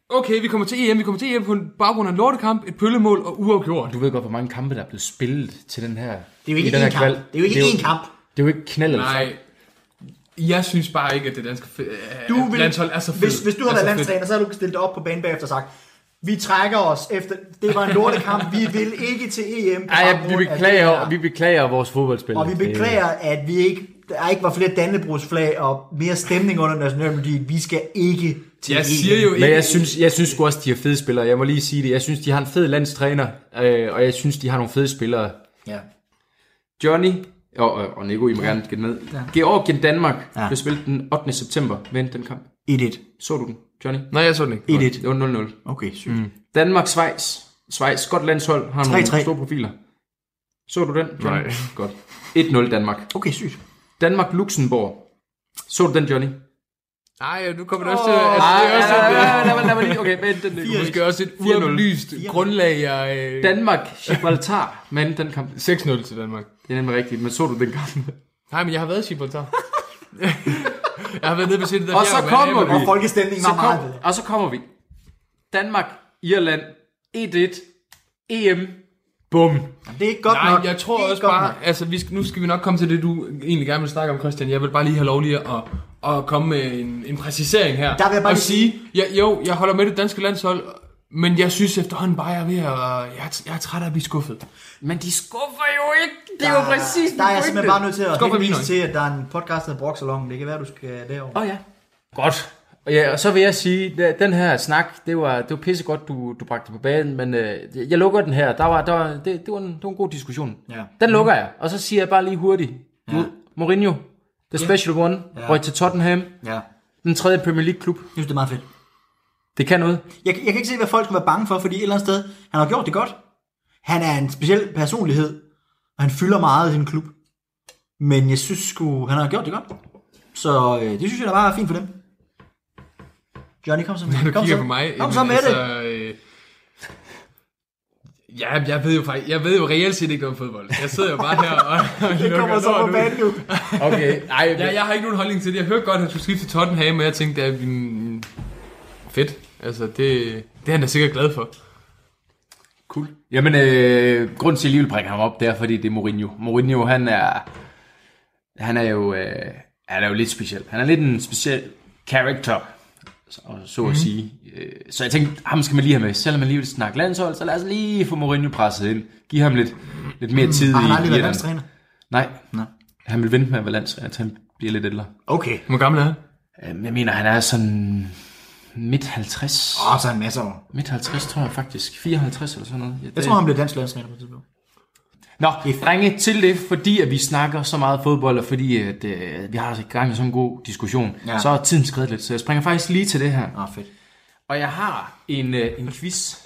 okay, vi kommer til EM på baggrund af en lortekamp, et pøllemål og uafgjort. Du ved godt, hvor mange kampe, der er blevet spillet til den her. Det er jo ikke én kamp. Det er jo ikke én kamp. Det er jo ikke knald eller Nej, jeg synes bare ikke, at det danske landshold er så fedt. Hvis du havde været landstræner, så havde du stillet dig op på banen bagefter og sagt, vi trækker os efter, det var en lortekamp, vi vil ikke til EM. Vi beklager vores fodboldspillere. Og vi beklager, at der ikke var flere Dannebrogsflag og mere stemning under nationalmelodien. Vi skal ikke til Jeg siger jo ikke... Men jeg synes sgu også, de er fede spillere. Jeg må lige sige det. Jeg synes, de har en fed landstræner, og jeg synes, de har nogle fede spillere. Ja. Johnny og Nico, I må gerne gætte med. Ja. Georgien-Danmark blev spillet den 8. september. Vent den kamp. 1-1. Så du den, Johnny? Nej, jeg så den ikke. 1-1. Det var 0-0. Okay, sygt. Danmark-Schweiz. Schweiz, godt landshold, har nogle 3-3. store profiler. Så du den, Johnny? Nej. Godt. 1-0 Danmark. Okay, sygt. Danmark-Luxembourg. Så du den, Johnny? Nej, nu kommer det også til... Lad mig lige. Okay, vent den. Det er måske også et uoplyst grundlag, jeg... Danmark-Gibraltar. Men den kamp. 6-0 til Danmark. Det er nemlig rigtigt, men så du den kamp? Nej, men jeg har været i Gibraltar. Jeg har været nede ved City. Og så kommer vi. Og folkestemningen var meget bedre. Og så kommer vi. Danmark, Irland, 1-1, EM, bum. Det er ikke godt nok. Jeg tror også bare, altså nu skal vi nok komme til det, du egentlig gerne vil snakke om, Christian. Jeg vil bare lige have lov lige at komme med en præcisering her. Der vil jeg bare og sige, jeg holder med det danske landshold, men jeg synes efterhånden bare, jeg er træt af at blive skuffet. Men de skuffer jo ikke. Det er jo præcis der er jeg simpelthen bare nødt til at henvise til, at der er en podcast, der hedder Broksalongen. Det kan være, du skal derover. Ja. Godt. Og så vil jeg sige, den her snak, det var pissegodt, du bragte på banen, men jeg lukker den her. Det var en god diskussion. Ja. Den lukker jeg, og så siger jeg bare lige hurtigt. Mourinho, the special one, røg til Tottenham, den 3. Premier League klub. Jeg synes, det er meget fedt. Det kan noget. Jeg kan ikke se, hvad folk skal være bange for, fordi et eller andet sted, han har gjort det godt. Han er en speciel personlighed, og han fylder meget i sin klub. Men jeg synes sgu, han har gjort det godt. Så det synes jeg, der bare er fint for dem. Johnny, kom så med det. Du kigger på mig. Kom så med det. Ja, jeg ved jo reelt set ikke noget om fodbold. Jeg sidder jo bare her og det kommer så på banen nu. Okay. Jeg har ikke nogen holdning til det. Jeg hørte godt, at han skulle skifte til Tottenham, men jeg tænkte, det er fedt. Altså, det er han da sikkert glad for. Cool. Jamen, grunden til, at jeg lige vil bringe ham op, det er, fordi det er Mourinho. Mourinho, han er jo lidt speciel. Han er lidt en speciel character, så at sige. Så jeg tænkte, ham skal man lige have med. Selvom man lige vil snakke landshold, så lad os lige få Mourinho presset ind. Giv ham lidt mere tid. Har han aldrig været landstræner? Nej. Han vil vente med at være landstræner, til han bliver lidt ældre. Okay. Hvor gammel er han? Jeg mener, han er sådan midt 50. Så er han masser år. Midt 50, tror jeg faktisk. 54 eller sådan noget. Jeg tror, han bliver dansk landstræner på et tidspunkt. Nå, ringe til det, fordi at vi snakker så meget fodbold, og fordi at, vi har altså i gang med sådan en god diskussion. Ja. Så er tiden skrevet lidt, så jeg springer faktisk lige til det her. Fedt. Og jeg har en quiz.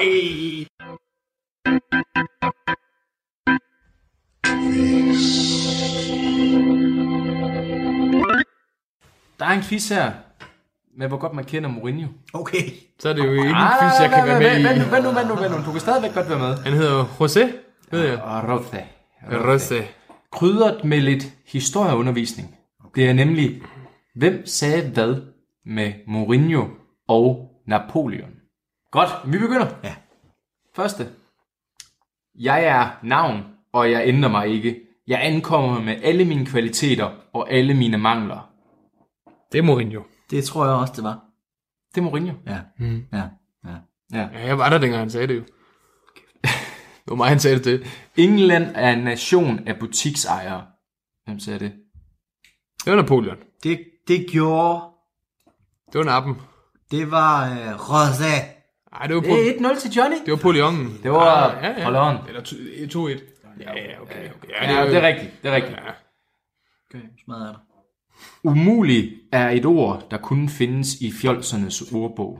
Der er en quiz her, med hvor godt man kender Mourinho. Okay. Så er det jo ikke en quiz, jeg kan være med i. Vend nu. Du kan stadigvæk godt være med. Han hedder José, ved jeg. Rose. Krydret med lidt historieundervisning. Det er nemlig, hvem sagde hvad med Mourinho og Napoleon? Godt, vi begynder. Ja. Første. Jeg er navn, og jeg ændrer mig ikke. Jeg ankommer med alle mine kvaliteter og alle mine mangler. Det er Mourinho. Det tror jeg også, det var. Det er Mourinho. Ja. Ja, jeg var der, dengang han sagde det jo. Det var mig, han sagde det til. England er en nation af butiksejere. Hvem sagde det? Det var Napoleon. Det gjorde... Det var Nappen. Det var Rosé. Ej, det var Det er 1-0 til Johnny. Det var Napoleon. Det var Hollande. Eller 2-1. Ja, okay. Ja, det er rigtigt. Det er rigtigt. Ja. Okay, smadret dig. Umulig er et ord, der kun findes i fjolsernes ordbog.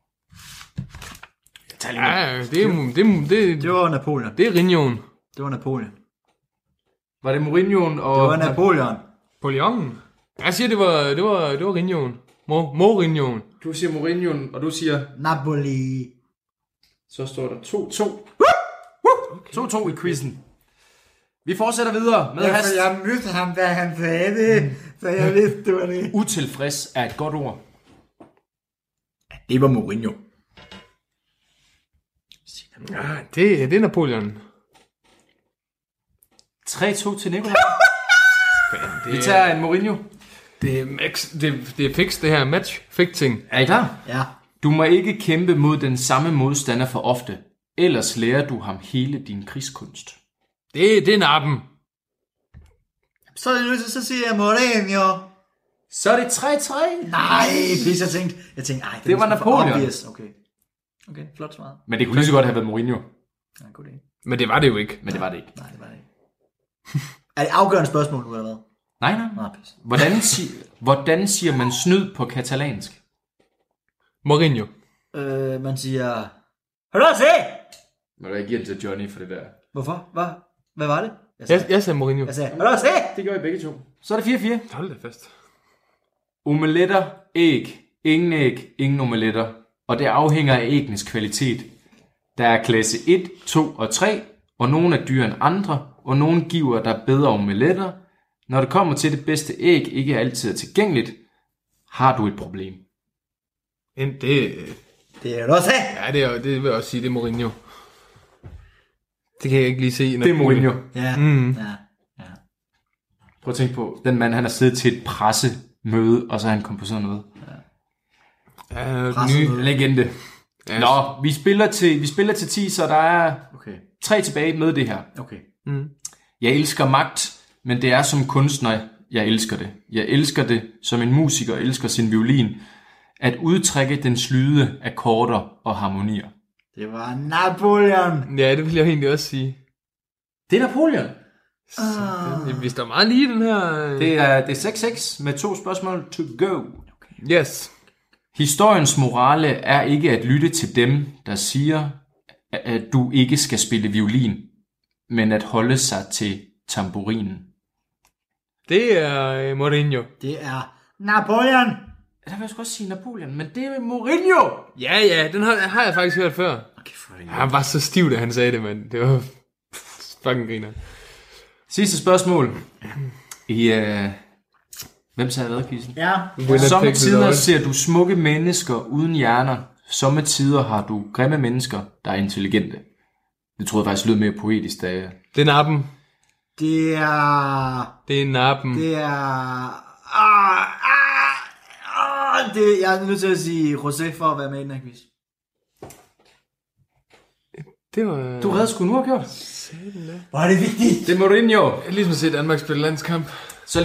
Ja, det var Napoleon. Det er Rinjoen. Det var Napoleon. Var det Mourinhoen og... Det var Napoleon. Napoleon. Jeg siger, det var Rinjoen. Mourinhoen. Du siger Mourinhoen, og du siger... Napoli. Så står der 2-2. 2-2 i quizzen. Vi fortsætter videre med hast. Jeg mødte ham, da han sagde det, så jeg vidste, det var det. Utilfreds er et godt ord. Det var Mourinho. Ja, det er Napoleon. 3-2 til Nikolaj. Vi tager en Mourinho. Det er fix, det her match-fixing. Er I klar? Ja. Du må ikke kæmpe mod den samme modstander for ofte. Ellers lærer du ham hele din krigskunst. Det er nappen. Så er det nødt til, så siger jeg Mourinho. Så er det 3-3. Nej, hvis jeg tænkte, det var Napoleon. Okay, flot svaret. Men det kunne lige så godt have været Mourinho. Ja, god idé. Men det var det jo ikke. Men det var det ikke. Nej, det var det ikke. Er det afgørende spørgsmål nu, eller hvad? Nej. Hvordan siger man snyd på katalansk? Mourinho. Man siger... Hør se! Må du ikke give den til Johnny for det der? Hvorfor? Hvad var det? Jeg sagde Mourinho. Jeg sagde, hør se! Det gør I begge to. Så er det 4-4. Hold da fast. Omeletter, æg. Ingen æg, ingen omeletter. Og det afhænger af æggenes kvalitet. Der er klasse 1, 2 og 3, og nogle er dyrere end andre, og nogle giver der bedre omeletter. Når det kommer til det bedste æg ikke altid er tilgængeligt, har du et problem. Det er også Ja, det vil jeg også sige, det er Mourinho. Det kan jeg ikke lige se. Det er Mourinho. Ja. Ja. Prøv at tænke på, den mand han har siddet til et pressemøde, og så er han kommet på sådan noget. Nye legende. Ja. Nå, vi spiller til 10, så der er 3 tilbage med det her. Okay. Jeg elsker magt, men det er som kunstner, jeg elsker det. Jeg elsker det, som en musiker elsker sin violin. At udtrække den slyde akkorder og harmonier. Det var Napoleon. Ja, det vil jeg egentlig også sige. Det er Napoleon. Vi står meget lige den her. Det er 6-6 med 2 spørgsmål to go. Okay. Yes. Historiens morale er ikke at lytte til dem, der siger, at du ikke skal spille violin, men at holde sig til tamburinen. Det er Mourinho. Det er Napoleon. Der vil jeg sgu også sige Napoleon, men det er Mourinho. Ja, den har jeg faktisk hørt før. Okay, for det. Han var så stiv, da han sagde det, mand. Det var fucking griner. Sidste spørgsmål. Hvem sagde hvad, Kisen? Ja. Sommetider ser du smukke mennesker uden hjerner. Sommetider har du grimme mennesker, der er intelligente. Det troede jeg faktisk lød mere poetisk, da jeg... Det er nappen. Det er nappen. Det er... jeg er nødt til at sige José for at være med i den her quiz. Det var... Du redde sgu nu har gjort. Hvor er det vigtigt. Det er Mourinho. Ligesom at se Danmark spille landskamp. Så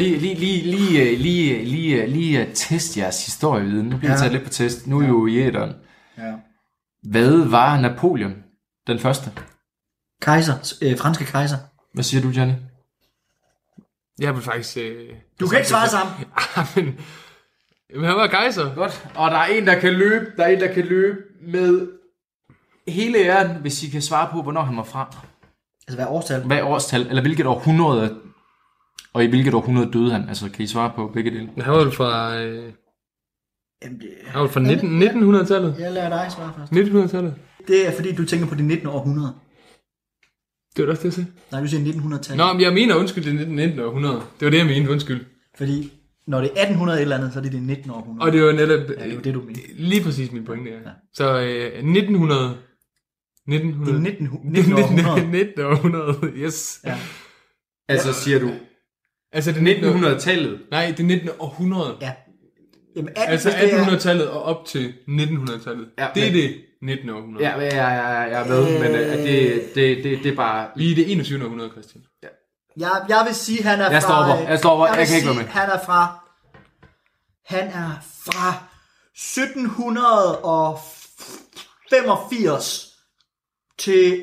lige test jeres historieviden. Nu bliver jeg taget lidt på test. Nu er jo i æderen. Ja. Hvad var Napoleon? Den første. Franske kejser. Hvad siger du, Johnny? Jeg vil faktisk... Du kan ikke svare sammen. Men han var kejser. Godt. Og der er en, der kan løbe. Der er en, der kan løbe med hele æren, hvis I kan svare på, hvornår han var fra. Altså hvad årstal? Hvad årstal? Eller hvilket århundrede? Og i hvilket århundrede døde han? Altså, kan I svare på begge dele? Han var jo fra... Han var fra 1900-tallet. Jeg lader dig svare først. 1900-tallet. Det er fordi, du tænker på det 19. århundrede. Det var også det, jeg sagde. Nej, du siger 1900-tallet. Nå, men jeg mener, undskyld, det er 19. århundrede. Det var det, jeg mente, undskyld. Fordi når det er 1800 eller andet, så er det 19. århundrede. Og det var netop... Ja, det var det, du mente. Lige præcis min pointe, ja. Så 1900... Det er 19. århundrede. 19. århundrede, yes. Ja. Altså, siger du... Altså det 1900-tallet? Nej, det 19. århundrede. Ja. Jamen, altså 1800-tallet og op til 1900-tallet. Ja, det er det 19. århundrede. Ja, jeg er med, men det er bare... Vi er i det 21. århundrede, Christian. Ja. Jeg vil sige, han er jeg fra... Jeg stopper. Jeg kan ikke være med. Han er fra 1785 til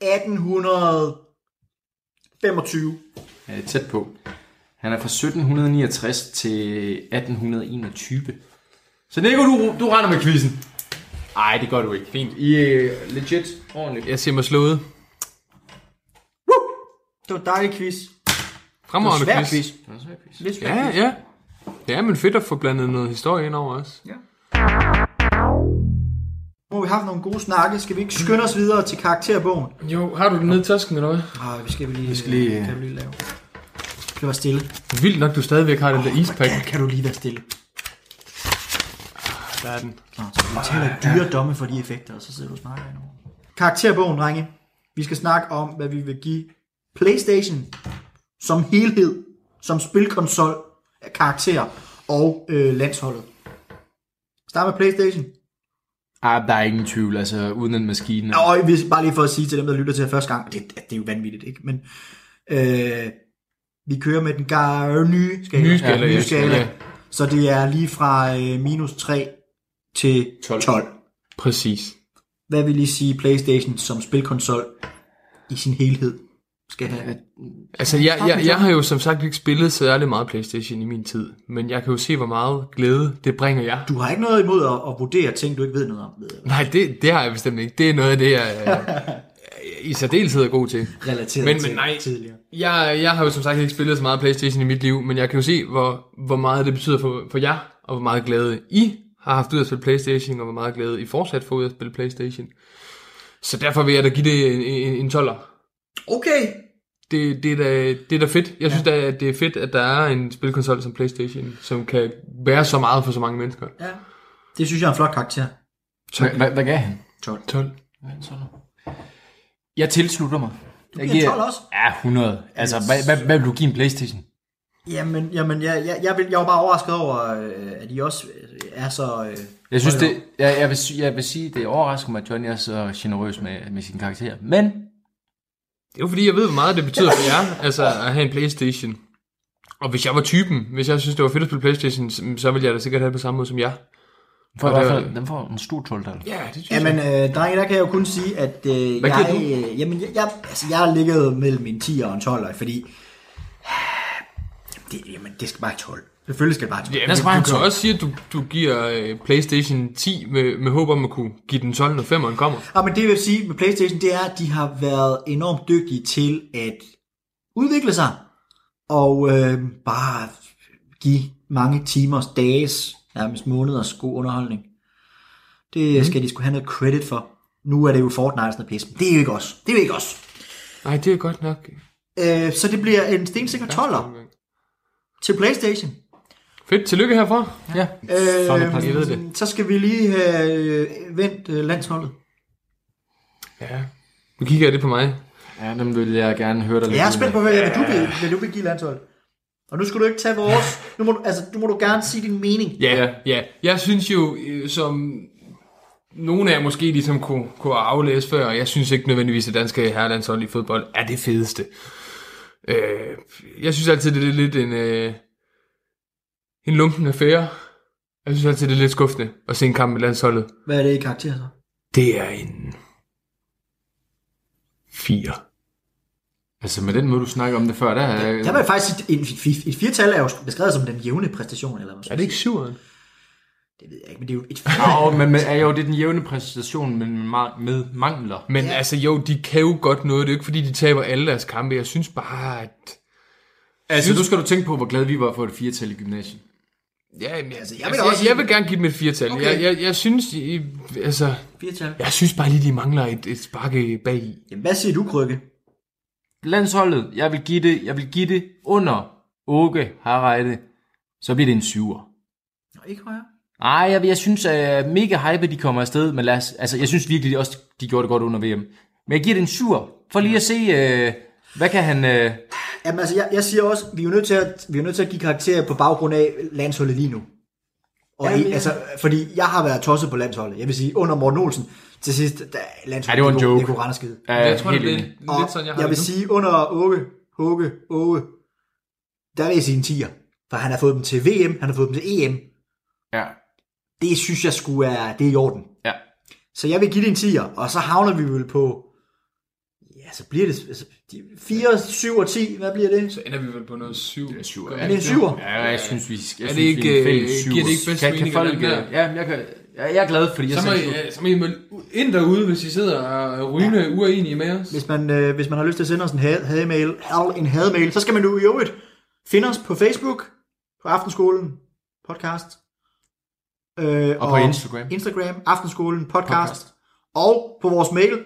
1825. Ja, det er tæt på. Han er fra 1769 til 1821. Så Nico, du render med quizzen. Ej, det gør du ikke. Fint. I er legit ordentligt. Jeg siger mig slået. Det var en dejlig quiz. Fremragende quiz. quiz. Lidt svær quiz. Ja. Ja, men fedt at få blandet noget historie ind over os. Ja. Nu har vi haft nogle gode snakke. Skal vi ikke skynde os videre til karakterbogen? Jo, har du den nede i tasken, eller hvad? Vi skal lige lave. Det var stille. Vildt nok, du stadigvæk har den der ispack. Kan du lige være stille? Der er den. Nå, så vi taler dyre domme for de effekter, og så sidder du og snakker endnu. Karakterbogen, drenge. Vi skal snakke om, hvad vi vil give PlayStation som helhed, som spilkonsol, karakter og landsholdet. Start med PlayStation. Der er ingen tvivl, altså uden en maskine. Og bare lige for at sige til dem, der lytter til første gang, det er jo vanvittigt, ikke? Men vi kører med den nye skala. Nye skala. Ja. Så det er lige fra minus 3 til 12. Præcis. Hvad vil I sige PlayStation som spilkonsol i sin helhed skal have? Altså, jeg har jo som sagt ikke spillet særlig meget PlayStation i min tid, men jeg kan jo se, hvor meget glæde det bringer jer. Du har ikke noget imod at vurdere ting, du ikke ved noget om? Nej, det har jeg bestemt ikke. Det er noget af det, jeg i særdeleshed er god til. Relateret til nej, tidligere. Jeg har jo som sagt ikke spillet så meget PlayStation i mit liv, men jeg kan jo se, hvor meget det betyder for jer, og hvor meget glæde I har haft ud at spille PlayStation, og hvor meget glæde I fortsat får ud at spille PlayStation. Så derfor vil jeg da give det en 12'er. Okay. Det er da fedt. Jeg synes da, at det er fedt, at der er en spilkonsol som PlayStation, som kan være så meget for så mange mennesker. Ja. Det synes jeg er en flot karakter. Hvad gav han? 12. Jeg tilslutter mig. Jeg giver 12 også? Ja, 100. Altså, hvad vil du give en PlayStation? Jamen jeg var bare overrasket over, at I også er så... Jeg synes jeg vil sige, det overrasker mig, at Johnny er så generøs med sin karakter. Men... Det er jo fordi, jeg ved, hvor meget det betyder for jer, altså at have en PlayStation. Og hvis jeg var typen, hvis jeg synes, det var fedt at spille PlayStation, så ville jeg da sikkert have det på samme måde som jer. For i hvert fald, den får en stor 12. Ja, det synes jeg. Jamen, drenge, der kan jeg jo kun sige, at jeg har ligget mellem en 10 og en 12, fordi det skal bare 12. Selvfølgelig skal det bare 12. Ja, du kan også sige, at du giver PlayStation 10 med håb om at kunne give den 12, når 5'eren kommer. Ja, men det vil sige med PlayStation, det er, at de har været enormt dygtige til at udvikle sig og bare give mange timers, dages, nærmest måneders god underholdning. Det skal de sgu have noget credit for. Nu er det jo Fortnite og sådan noget pis, men det er jo ikke os. Det er jo ikke os. Nej, det er godt nok. Så det bliver en stensikker 12'er til PlayStation. Fedt, tillykke herfra. Ja. Jeg ved det. Så skal vi lige have vendt landsholdet. Ja, nu kigger jeg det på mig. Ja, dem vil jeg gerne høre dig lidt. Jeg er spændt på at høre, hvad du vil give landsholdet. Og nu skal du ikke tage vores... Nu må du gerne sige din mening. Ja. Jeg synes jo, som nogle af jer måske ligesom kunne aflæse før, jeg synes ikke nødvendigvis, at danske herrelandshold i fodbold er det fedeste. Jeg synes altid, det er lidt en lunken affære. Jeg synes altid, det er lidt skuffende at se en kamp med landsholdet. Hvad er det i karakter så? Det er en 4. Altså med den måde, du snakker om det før, der var faktisk et 4-tal er jo beskrevet som den jævne præstation. Eller hvad er det ikke 7'eren? Det ved jeg ikke, men det er jo et 4. men det er den jævne præstation med mangler. Men altså jo, de kan jo godt noget. Det er jo ikke fordi, de taber alle deres kampe. Jeg synes bare, at... Altså nu skal du tænke på, hvor glad vi var for et 4-tal i gymnasiet. Ja, men jeg vil gerne give dem et 4-tal. Okay. Jeg synes, altså... 4-tal? Jeg synes bare lige, de mangler et sparke bag i. Jamen, hvad siger du, Krykke? Landsholdet, jeg vil give det under Åke Harreide, så bliver det en 7'er. Nå, ikke højere? Nej, jeg synes, at mega hype, de kommer afsted, men jeg synes virkelig også, de gjorde det godt under VM. Men jeg giver det en 7'er, for lige at se, hvad kan han... Jamen altså, jeg siger også, vi er nødt til at give karakterer på baggrund af landsholdet lige nu. Og fordi jeg har været tosset på landsholdet. Jeg vil sige, under Morten Olsen, til sidst, landsholdet, det var en joke. Det kunne rende skide. Jeg tror, det er lidt sådan, jeg vil sige, under Åge, der vil jeg sige en 10'er. For han har fået dem til VM, han har fået dem til EM. Ja. Det synes jeg skulle er, det er i orden. Ja. Så jeg vil give det en 10'er, og så havner vi vel på, ja, så bliver det 4, 7 og 10, hvad bliver det? Så ender vi vel på noget 7. Er det en 7'er? Ja, jeg synes, vi skal. Er det ikke, giver det ikke bedst mening? Jeg er glad, fordi så må I ind derude, hvis I sidder og rygende uenige med os. Hvis man har lyst til at sende os en hademail, så skal man jo i øvrigt finde os på Facebook, på Aftenskolen Podcast. Og på Instagram, Aftenskolen Podcast. Og på vores mail,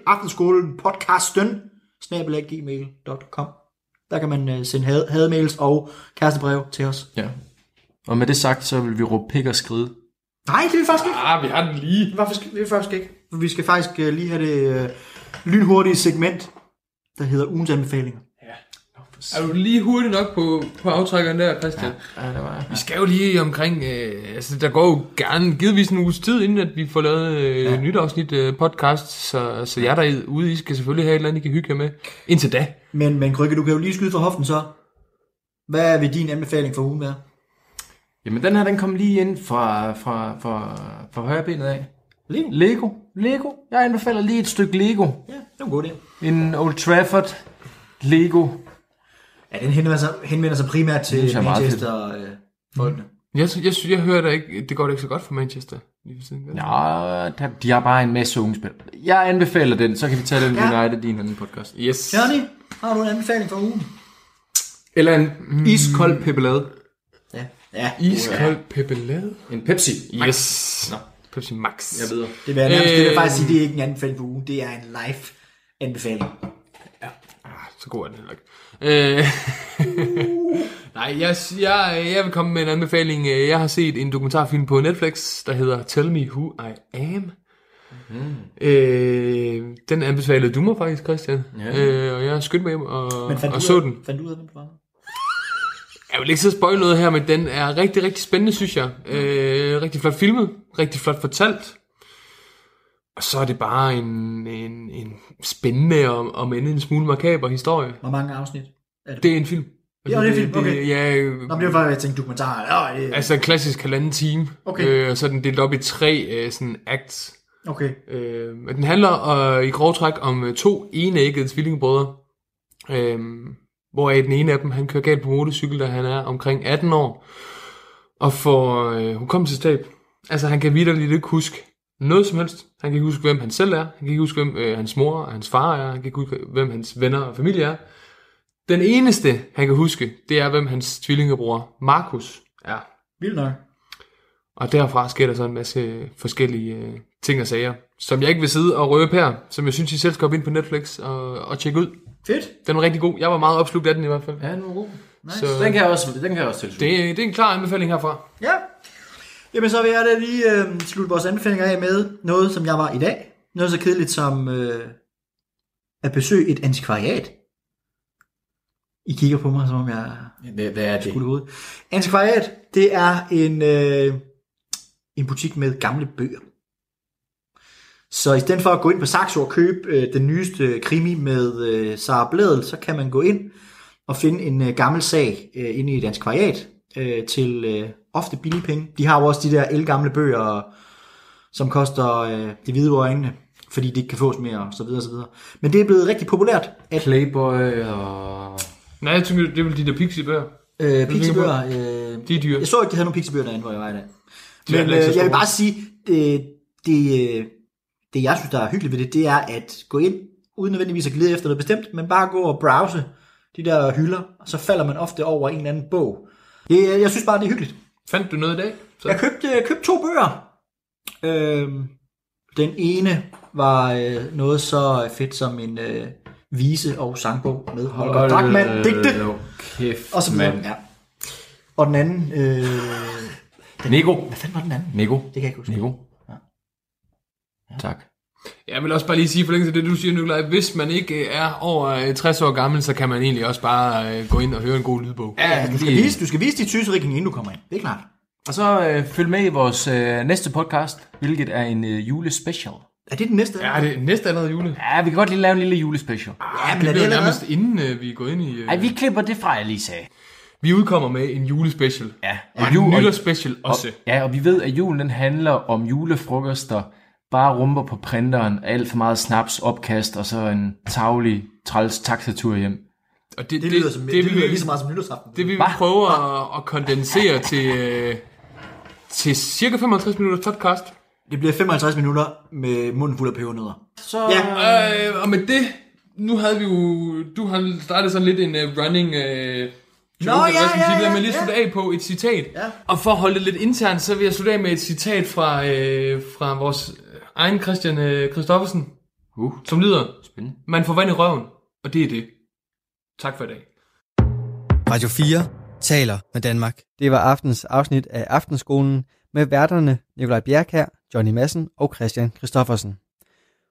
aftenskolenpodcasten@gmail.com. Der kan man sende hademails og kærestebrev til os. Ja. Og med det sagt, så vil vi råbe pik og skride. Nej, det vil vi faktisk ikke. Vi har den lige. Det vil vi faktisk ikke. Vi skal faktisk lige have det lynhurtige segment, der hedder ugens anbefalinger. Er du lige hurtigt nok på aftrækkeren der, Christian? Ja, det var jeg. Vi skal jo lige omkring, altså der går jo gerne givetvis en uges tid, inden at vi får lavet et nyt afsnit podcast, så jer derude, I skal selvfølgelig have et eller andet, I kan hygge jer med indtil da. Men Krykke, du kan jo lige skyde fra hoften så. Hvad vil din anbefaling for ugen være? Jamen den her, den kom lige ind fra højrebenet af. Lego. Jeg anbefaler lige et stykke Lego. Ja, det var en god idé. En Old Trafford Lego. Ja, den henvender sig primært til Manchester-folkene. Jeg hører da ikke, det går da ikke så godt for Manchester. Ja, de har bare en masse unge spil. Jeg anbefaler den, så kan vi tage den United i en anden podcast. Yes. Johnny, har du en anbefaling for ugen? Eller en iskold pepelade. Ja. Iskold pepelade? En Pepsi. Yes. Nå. Pepsi Max. Jeg ved. Det vil faktisk sige, det er ikke en anbefaling for ugen. Det er en live anbefaling. Ja. Så god er den heller ikke. Nej, jeg vil komme med en anbefaling. Jeg har set en dokumentarfilm på Netflix, der hedder Tell Me Who I Am. Den anbefalede du mig faktisk, Christian. Og jeg skyndte mig hjem og så den. Fandt du ud af den på? Jeg vil ikke så spoil noget her, men den er rigtig, rigtig spændende, synes jeg. Rigtig flot filmet, rigtig flot fortalt. Og så er det bare en spændende og men en smule makaber historie. Hvor mange afsnit er det? Det er en film. Ja, det er en film, okay. Nå, det er faktisk, jeg tænkte dokumentar. Altså en klassisk 1,5 time. Okay. Og så er den delt op i 3 sådan acts. Okay. Den handler i grov træk om 2 enæggede tvillingebrødre. Hvor den ene af dem, han kører galt på motorcykel, da han er omkring 18 år. Og får hukommelsestab. Altså han kan vitterligt ikke huske noget som helst. Han kan ikke huske, hvem han selv er. Han kan ikke huske, hvem hans mor og hans far er. Han kan ikke huske, hvem hans venner og familie er. Den eneste, han kan huske, det er, hvem hans tvillingebror Markus er. Vildt nok. Og derfra sker der så en masse forskellige ting og sager, som jeg ikke vil sidde og røbe her, som jeg synes, I selv skal op ind på Netflix og tjekke ud. Fedt. Den var rigtig god. Jeg var meget opslugt af den i hvert fald. Ja, den var god. Nice. Så den kan jeg også tilslutte. Det er en klar anbefaling herfra. Ja. Jamen så vil jeg da lige slutte vores anbefalinger af med noget, som jeg var i dag. Noget så kedeligt som at besøge et antikvariat. I kigger på mig, som om jeg hvad er det? Skulle Antikvariat, det er en butik med gamle bøger. Så i stedet for at gå ind på Saxo og købe den nyeste krimi med Sara Blædel, så kan man gå ind og finde en gammel sag inde i et antikvariat til ofte billige penge. De har jo også de der ældgamle bøger, som koster det hvide over øjnene, fordi de ikke kan fås mere, og så videre, og så videre. Men det er blevet rigtig populært. Playboy og... Nej, jeg tænker, det er vel de der Pixie-bøger. Pixie-bøger. De er dyre. Jeg så ikke, de havde nogle Pixie-bøger derinde, hvor jeg var i dag. Men jeg vil bare sige, det jeg synes, der er hyggeligt ved det er at gå ind, uden nødvendigvis at glide efter noget bestemt, men bare gå og browse de der hylder, og så falder man ofte over en eller anden bog. Jeg synes bare, det er hyggeligt. Fandt du noget i dag? Så? Jeg købte 2 bøger. Den ene var noget så fedt som en vise- og sangbog med Holger Drachmann, digte, og så videre. Ja. Og den anden... Nego. Hvad fanden var den anden? Nego. Det kan jeg ikke huske. Nego. Ja. Tak. Jeg vil også bare lige sige for længe til det, du siger, Nikolaj. Hvis man ikke er over 60 år gammel, så kan man egentlig også bare gå ind og høre en god lydbog. Ja, du skal vise dit synsrikning, inden du kommer ind. Det er klart. Og så følg med i vores næste podcast, hvilket er en julespecial. Er det den næste? Ja, det er næste allerede jule. Ja, vi kan godt lige lave en lille julespecial. Ja, men det bliver nærmest inden vi går ind i... Ej, vi klipper det fra, jeg lige sagde. Vi udkommer med en julespecial. Ja. Og en nytårsspecial også. Ja, og vi ved, at julen den handler om julefrokoster, bare rumper på printeren, alt for meget snaps, opkast, og så en tavlig, træls taxatur hjem. Og det lyder lige så meget som nytårsaften. Det vil vi prøve at kondensere til cirka 55 minutters podcast. Det bliver 55 minutter med munden fuld af pebernødder. Så... Ja. Og med det, nu havde vi jo... Du har startet sådan lidt en running... Men lige slutte af på et citat. Ja. Og for at holde det lidt internt, så vil jeg slutte af med et citat fra vores egen Christian Christoffersen, som lyder: spændende. Man får vand i røven, og det er det. Tak for i dag. Radio 4 taler med Danmark. Det var aftens afsnit af Aftenskolen med værterne Nikolaj Bjerkjær, Johnny Madsen og Christian Christoffersen.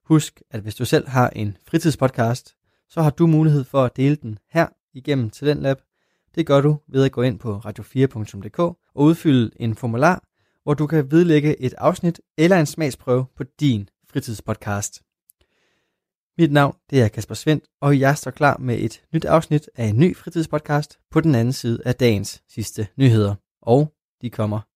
Husk, at hvis du selv har en fritidspodcast, så har du mulighed for at dele den her igennem Talentlab. Det gør du ved at gå ind på radio4.dk og udfylde en formular, hvor du kan vedlægge et afsnit eller en smagsprøve på din fritidspodcast. Mit navn det er Kasper Svendt, og jeg står klar med et nyt afsnit af en ny fritidspodcast på den anden side af dagens sidste nyheder. Og de kommer